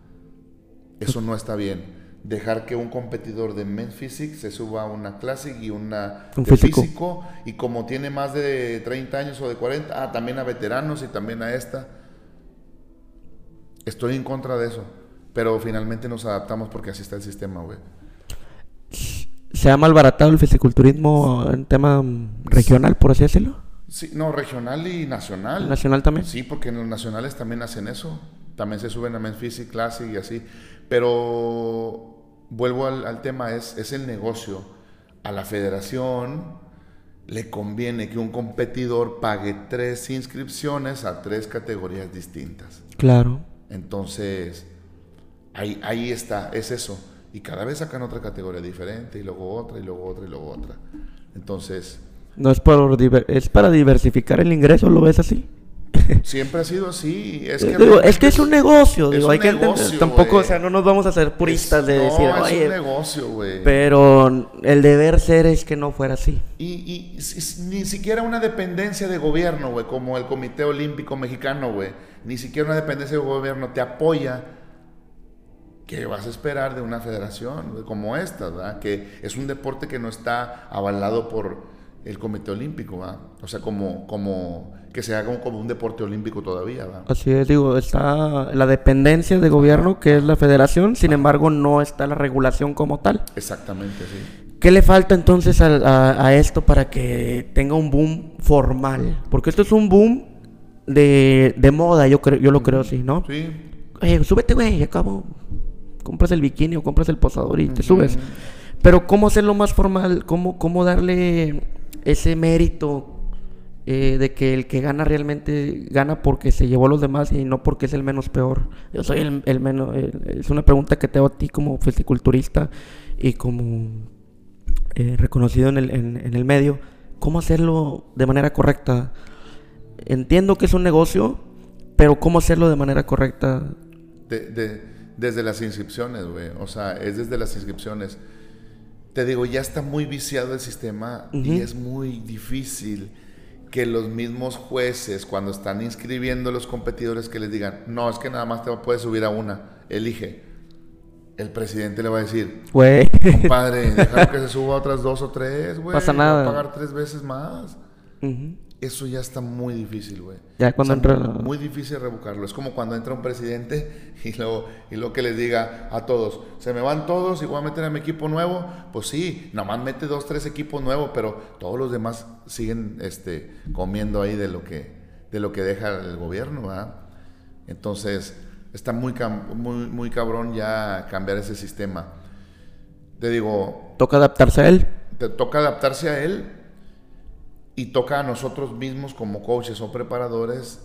Eso no está bien. Dejar que un competidor de Men's Physique se suba a una Classic y una un de físico. físico. Y como tiene más de treinta años o de cuarenta, ah, también a veteranos y también a esta... Estoy en contra de eso, pero finalmente nos adaptamos porque así está el sistema, güey. ¿Se ha malbaratado el fisiculturismo en tema regional, por así decirlo? Sí, no, regional y nacional. ¿Nacional también? Sí, porque en los nacionales también hacen eso. También se suben a Men's Physique, Classic y así. Pero vuelvo al, al tema, es, es el negocio. A la federación le conviene que un competidor pague tres inscripciones a tres categorías distintas. Claro. Entonces, ahí, ahí está, es eso. Y cada vez sacan otra categoría diferente, y luego otra, y luego otra, y luego otra. Entonces... No es, por, es para diversificar el ingreso, ¿lo ves así? Siempre ha sido así. Es que, digo, es, que es un negocio. Digo, un hay negocio, que entender, tampoco, wey. O sea, no nos vamos a hacer puristas es, de no, decir, es oye, un negocio, güey. Pero el deber ser es que no fuera así. Y, y, y ni siquiera una dependencia de gobierno, güey, como el Comité Olímpico Mexicano, güey. Ni siquiera una dependencia de gobierno te apoya. ¿Qué vas a esperar de una federación, güey, como esta, ¿verdad? Que es un deporte que no está avalado por el Comité Olímpico, ¿verdad? O sea, como, como que se haga como un deporte olímpico todavía, ¿verdad? Así es, digo, está la dependencia de gobierno, que es la federación, sin embargo, no está la regulación como tal. Exactamente, sí. ¿Qué le falta entonces a, a, a esto para que tenga un boom formal? Porque esto es un boom de, de moda, yo creo, yo lo creo así, ¿no? Sí. Oye, súbete, güey, acabo. Compras el bikini o compras el posador y te Uh-huh. subes. Pero ¿cómo hacerlo más formal? ¿Cómo, cómo darle ese mérito eh, de que el que gana realmente gana porque se llevó a los demás y no porque es el menos peor? Yo soy el, el menos... El, es una pregunta que te hago a ti como fisiculturista y como eh, reconocido en el, en, en el medio. ¿Cómo hacerlo de manera correcta? Entiendo que es un negocio, pero ¿cómo hacerlo de manera correcta? De, de, desde las inscripciones, güey. O sea, es desde las inscripciones. Te digo, ya está muy viciado el sistema uh-huh. y es muy difícil que los mismos jueces, cuando están inscribiendo a los competidores, que les digan, no, es que nada más te puedes subir a una, elige. El presidente le va a decir, güey, compadre, déjalo que se suba a otras dos o tres, güey. Pasa nada. Va a pagar tres veces más. Uh-huh. Eso ya está muy difícil, güey. Ya cuando o sea, entra... Muy, muy difícil revocarlo. Es como cuando entra un presidente y luego, y luego que les diga a todos, se me van todos y voy a meter a mi equipo nuevo. Pues sí, nomás mete dos, tres equipos nuevos, pero todos los demás siguen este, comiendo ahí de lo que, de lo que deja el gobierno, ¿verdad? Entonces, está muy, muy, muy cabrón ya cambiar ese sistema. Te digo... Toca adaptarse a él. Te toca adaptarse a él. Y toca a nosotros mismos como coaches o preparadores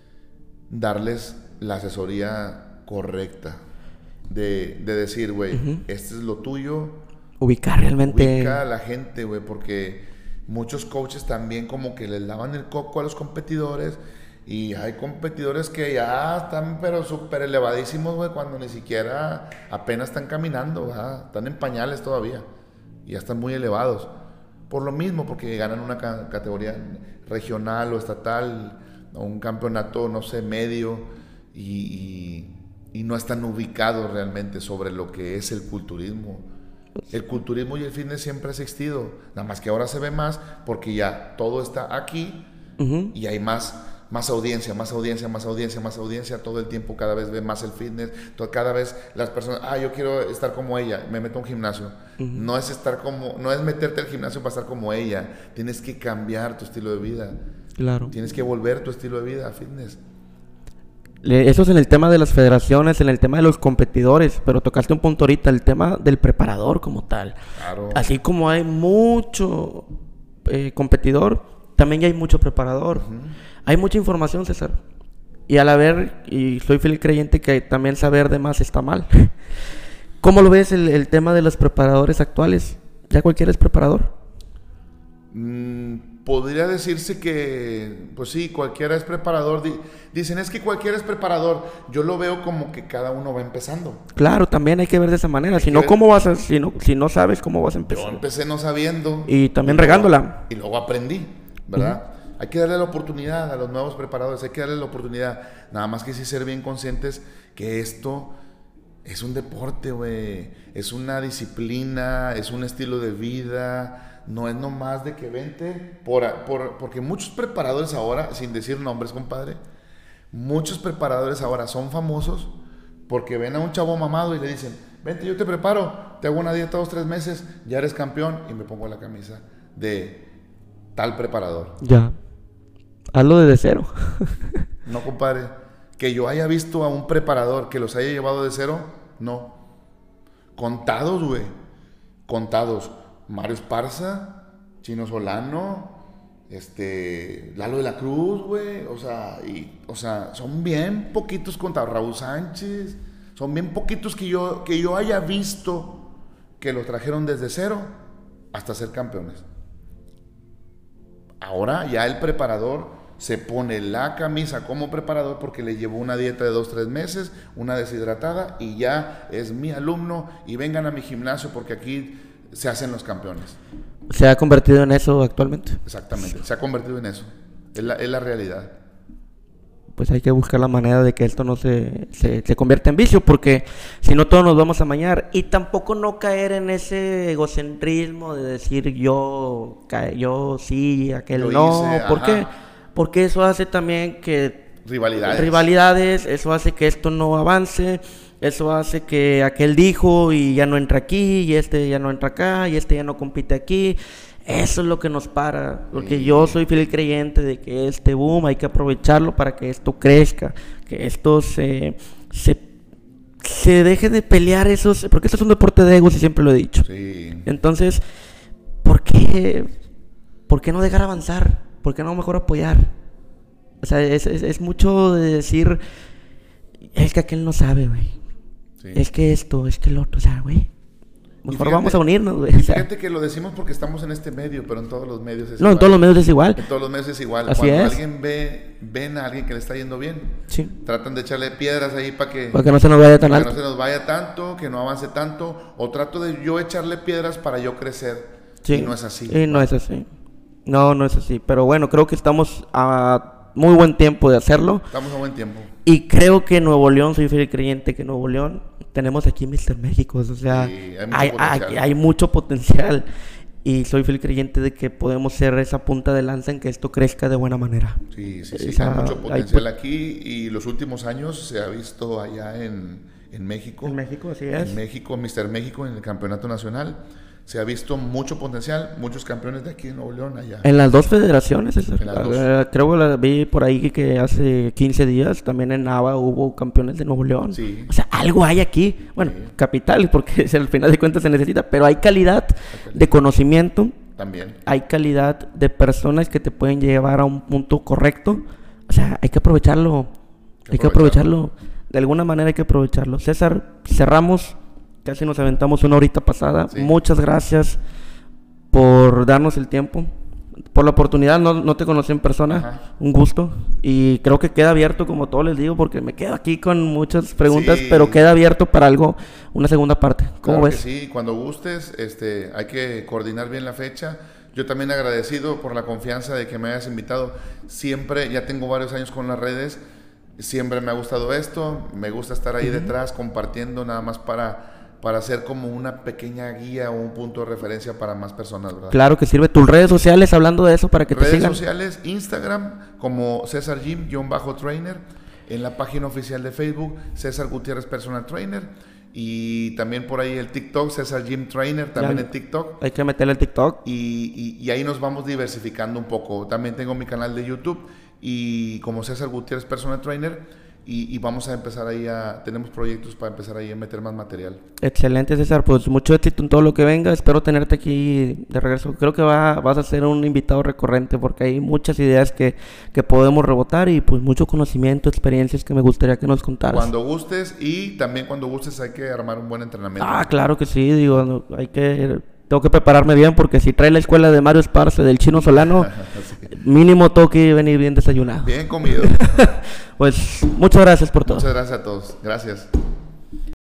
darles la asesoría correcta. De, de decir, güey, uh-huh. este es lo tuyo. Ubicar realmente. Ubica a la gente, güey, porque muchos coaches también como que les lavan el coco a los competidores. Y hay competidores que ya están pero súper elevadísimos, güey, cuando ni siquiera apenas están caminando, ¿verdad? Están en pañales todavía. Y ya están muy elevados. Por lo mismo, porque ganan una ca- categoría regional o estatal, o un campeonato, no sé, medio, y, y, y no están ubicados realmente sobre lo que es el culturismo. El culturismo y el fitness siempre ha existido, nada más que ahora se ve más porque ya todo está aquí uh-huh. y hay más, más audiencia, más audiencia, más audiencia, más audiencia, todo el tiempo cada vez ve más el fitness, todo, cada vez las personas, ah, yo quiero estar como ella, me meto a un gimnasio. Uh-huh. No es estar como, no es meterte al gimnasio para estar como ella, tienes que cambiar tu estilo de vida. Claro. Tienes que volver tu estilo de vida a fitness. Eso es en el tema de las federaciones, en el tema de los competidores, pero tocaste un punto ahorita, el tema del preparador como tal. Claro. Así como hay mucho eh, competidor, también ya hay mucho preparador. Uh-huh. Hay mucha información, César. Y al haber, y soy fiel creyente que también saber de más está mal. ¿Cómo lo ves el, el tema de los preparadores actuales? ¿Ya cualquiera es preparador? Mm, podría decirse que, pues sí, cualquiera es preparador. Dicen, es que cualquiera es preparador. Yo lo veo como que cada uno va empezando. Claro, también hay que ver de esa manera. Hay si no, ver... ¿cómo vas a, si no, si no sabes cómo vas a empezar? Yo empecé no sabiendo. Y también y regándola. Luego, y luego aprendí, ¿verdad? Uh-huh. Hay que darle la oportunidad a los nuevos preparadores, hay que darle la oportunidad. Nada más que sí ser bien conscientes que esto es un deporte, güey. Es una disciplina, es un estilo de vida. No es nomás de que vente. Por, por, porque muchos preparadores ahora, sin decir nombres, compadre, muchos preparadores ahora son famosos porque ven a un chavo mamado y le dicen, vente, yo te preparo, te hago una dieta dos, tres meses, ya eres campeón, y me pongo la camisa de tal preparador. Ya. Hazlo desde cero. No, compadre. Que yo haya visto a un preparador que los haya llevado de cero, no. Contados, güey. Contados. Mario Esparza, Chino Solano, este, Lalo de la Cruz, güey. O sea, y, o sea, son bien poquitos contados. Raúl Sánchez. Son bien poquitos que yo, que yo haya visto que los trajeron desde cero hasta ser campeones. Ahora ya el preparador se pone la camisa como preparador porque le llevó una dieta de dos, tres meses, una deshidratada y ya es mi alumno y vengan a mi gimnasio porque aquí se hacen los campeones. ¿Se ha convertido en eso actualmente? Exactamente, se ha convertido en eso, es la, es la realidad. Pues hay que buscar la manera de que esto no se, se, se convierta en vicio, porque si no todos nos vamos a mañar, y tampoco no caer en ese egocentrismo de decir yo, yo sí, aquel Lo no, hice, ¿por ajá. qué? Porque eso hace también que Rivalidades. rivalidades, eso hace que esto no avance, eso hace que aquel dijo y ya no entra aquí, y este ya no entra acá, y este ya no compite aquí. Eso es lo que nos para, porque sí. yo soy fiel creyente de que este boom hay que aprovecharlo para que esto crezca, que esto se, se, se deje de pelear esos, porque esto es un deporte de egos y siempre lo he dicho. Sí. Entonces, ¿por qué, ¿por qué no dejar avanzar? ¿Por qué no mejor apoyar? O sea, es, es, es mucho de decir, es que aquel no sabe, güey. Sí. Es que esto, es que el otro, o sea, güey. Mejor fíjate, vamos a unirnos, güey. Y fíjate que lo decimos porque estamos en este medio, pero en todos los medios es no, igual. en todos los medios es igual. En todos los medios es igual. Así Cuando es. alguien ve, ven a alguien que le está yendo bien, sí. tratan de echarle piedras ahí para que, para que no se nos vaya tan para alto. que no se nos vaya tanto, que no avance tanto, o trato de yo echarle piedras para yo crecer. Sí. Y no es así. Y no es así. No, no es así. Pero bueno, creo que estamos a muy buen tiempo de hacerlo. Estamos a buen tiempo. Y creo que Nuevo León, soy fiel creyente que Nuevo León, tenemos aquí mister México, o sea, sí, hay, hay, mucho hay, hay, hay mucho potencial. Y soy fiel creyente de que podemos ser esa punta de lanza en que esto crezca de buena manera. Sí, sí, sí, Esa, hay mucho potencial hay, aquí y los últimos años se ha visto allá en, en México. En México, así es. En México, mister México en el campeonato nacional. Se ha visto mucho potencial, muchos campeones de aquí en Nuevo León allá. En las dos federaciones, en las dos. Uh, creo que la vi por ahí que hace quince días también en Nava hubo campeones de Nuevo León. Sí. O sea, algo hay aquí. Bueno, sí. Capital, porque al final de cuentas se necesita, pero hay calidad, calidad de conocimiento. También. Hay calidad de personas que te pueden llevar a un punto correcto. O sea, hay que aprovecharlo. Hay que aprovecharlo. De alguna manera hay que aprovecharlo. César, cerramos. Casi nos aventamos una horita pasada. Sí. Muchas gracias por darnos el tiempo, por la oportunidad. No, no te conocí en persona. Ajá. Un gusto. Y creo que queda abierto, como todos les digo, porque me quedo aquí con muchas preguntas, sí. Pero queda abierto para algo, una segunda parte. ¿Cómo claro ves? Que sí, cuando gustes, este, hay que coordinar bien la fecha. Yo también agradecido por la confianza de que me hayas invitado. Siempre, ya tengo varios años con las redes. Siempre me ha gustado esto. Me gusta estar ahí uh-huh. detrás compartiendo nada más para... para hacer como una pequeña guía o un punto de referencia para más personas, ¿verdad? Claro que sirve. Tus redes sociales, hablando de eso, para que redes te sigan. Redes sociales, Instagram, como César Gym-Trainer, en la página oficial de Facebook, César Gutiérrez Personal Trainer, y también por ahí el TikTok, César Gym Trainer, también ya, en TikTok. Hay que meterle el TikTok. Y, y, y ahí nos vamos diversificando un poco. También tengo mi canal de YouTube, y como César Gutiérrez Personal Trainer, Y, y vamos a empezar ahí a... Tenemos proyectos para empezar ahí a meter más material. Excelente, César. Pues mucho éxito en todo lo que venga. Espero tenerte aquí de regreso. Creo que va, vas a ser un invitado recurrente porque hay muchas ideas que, que podemos rebotar y pues mucho conocimiento, experiencias que me gustaría que nos contaras. Cuando gustes y también cuando gustes hay que armar un buen entrenamiento. Ah, claro que sí. Digo, hay que... Tengo que prepararme bien porque si trae la escuela de Mario Esparce, del Chino Solano, sí. Mínimo tengo que venir bien desayunado. Bien comido. Pues muchas gracias por todo. Muchas gracias a todos. Gracias.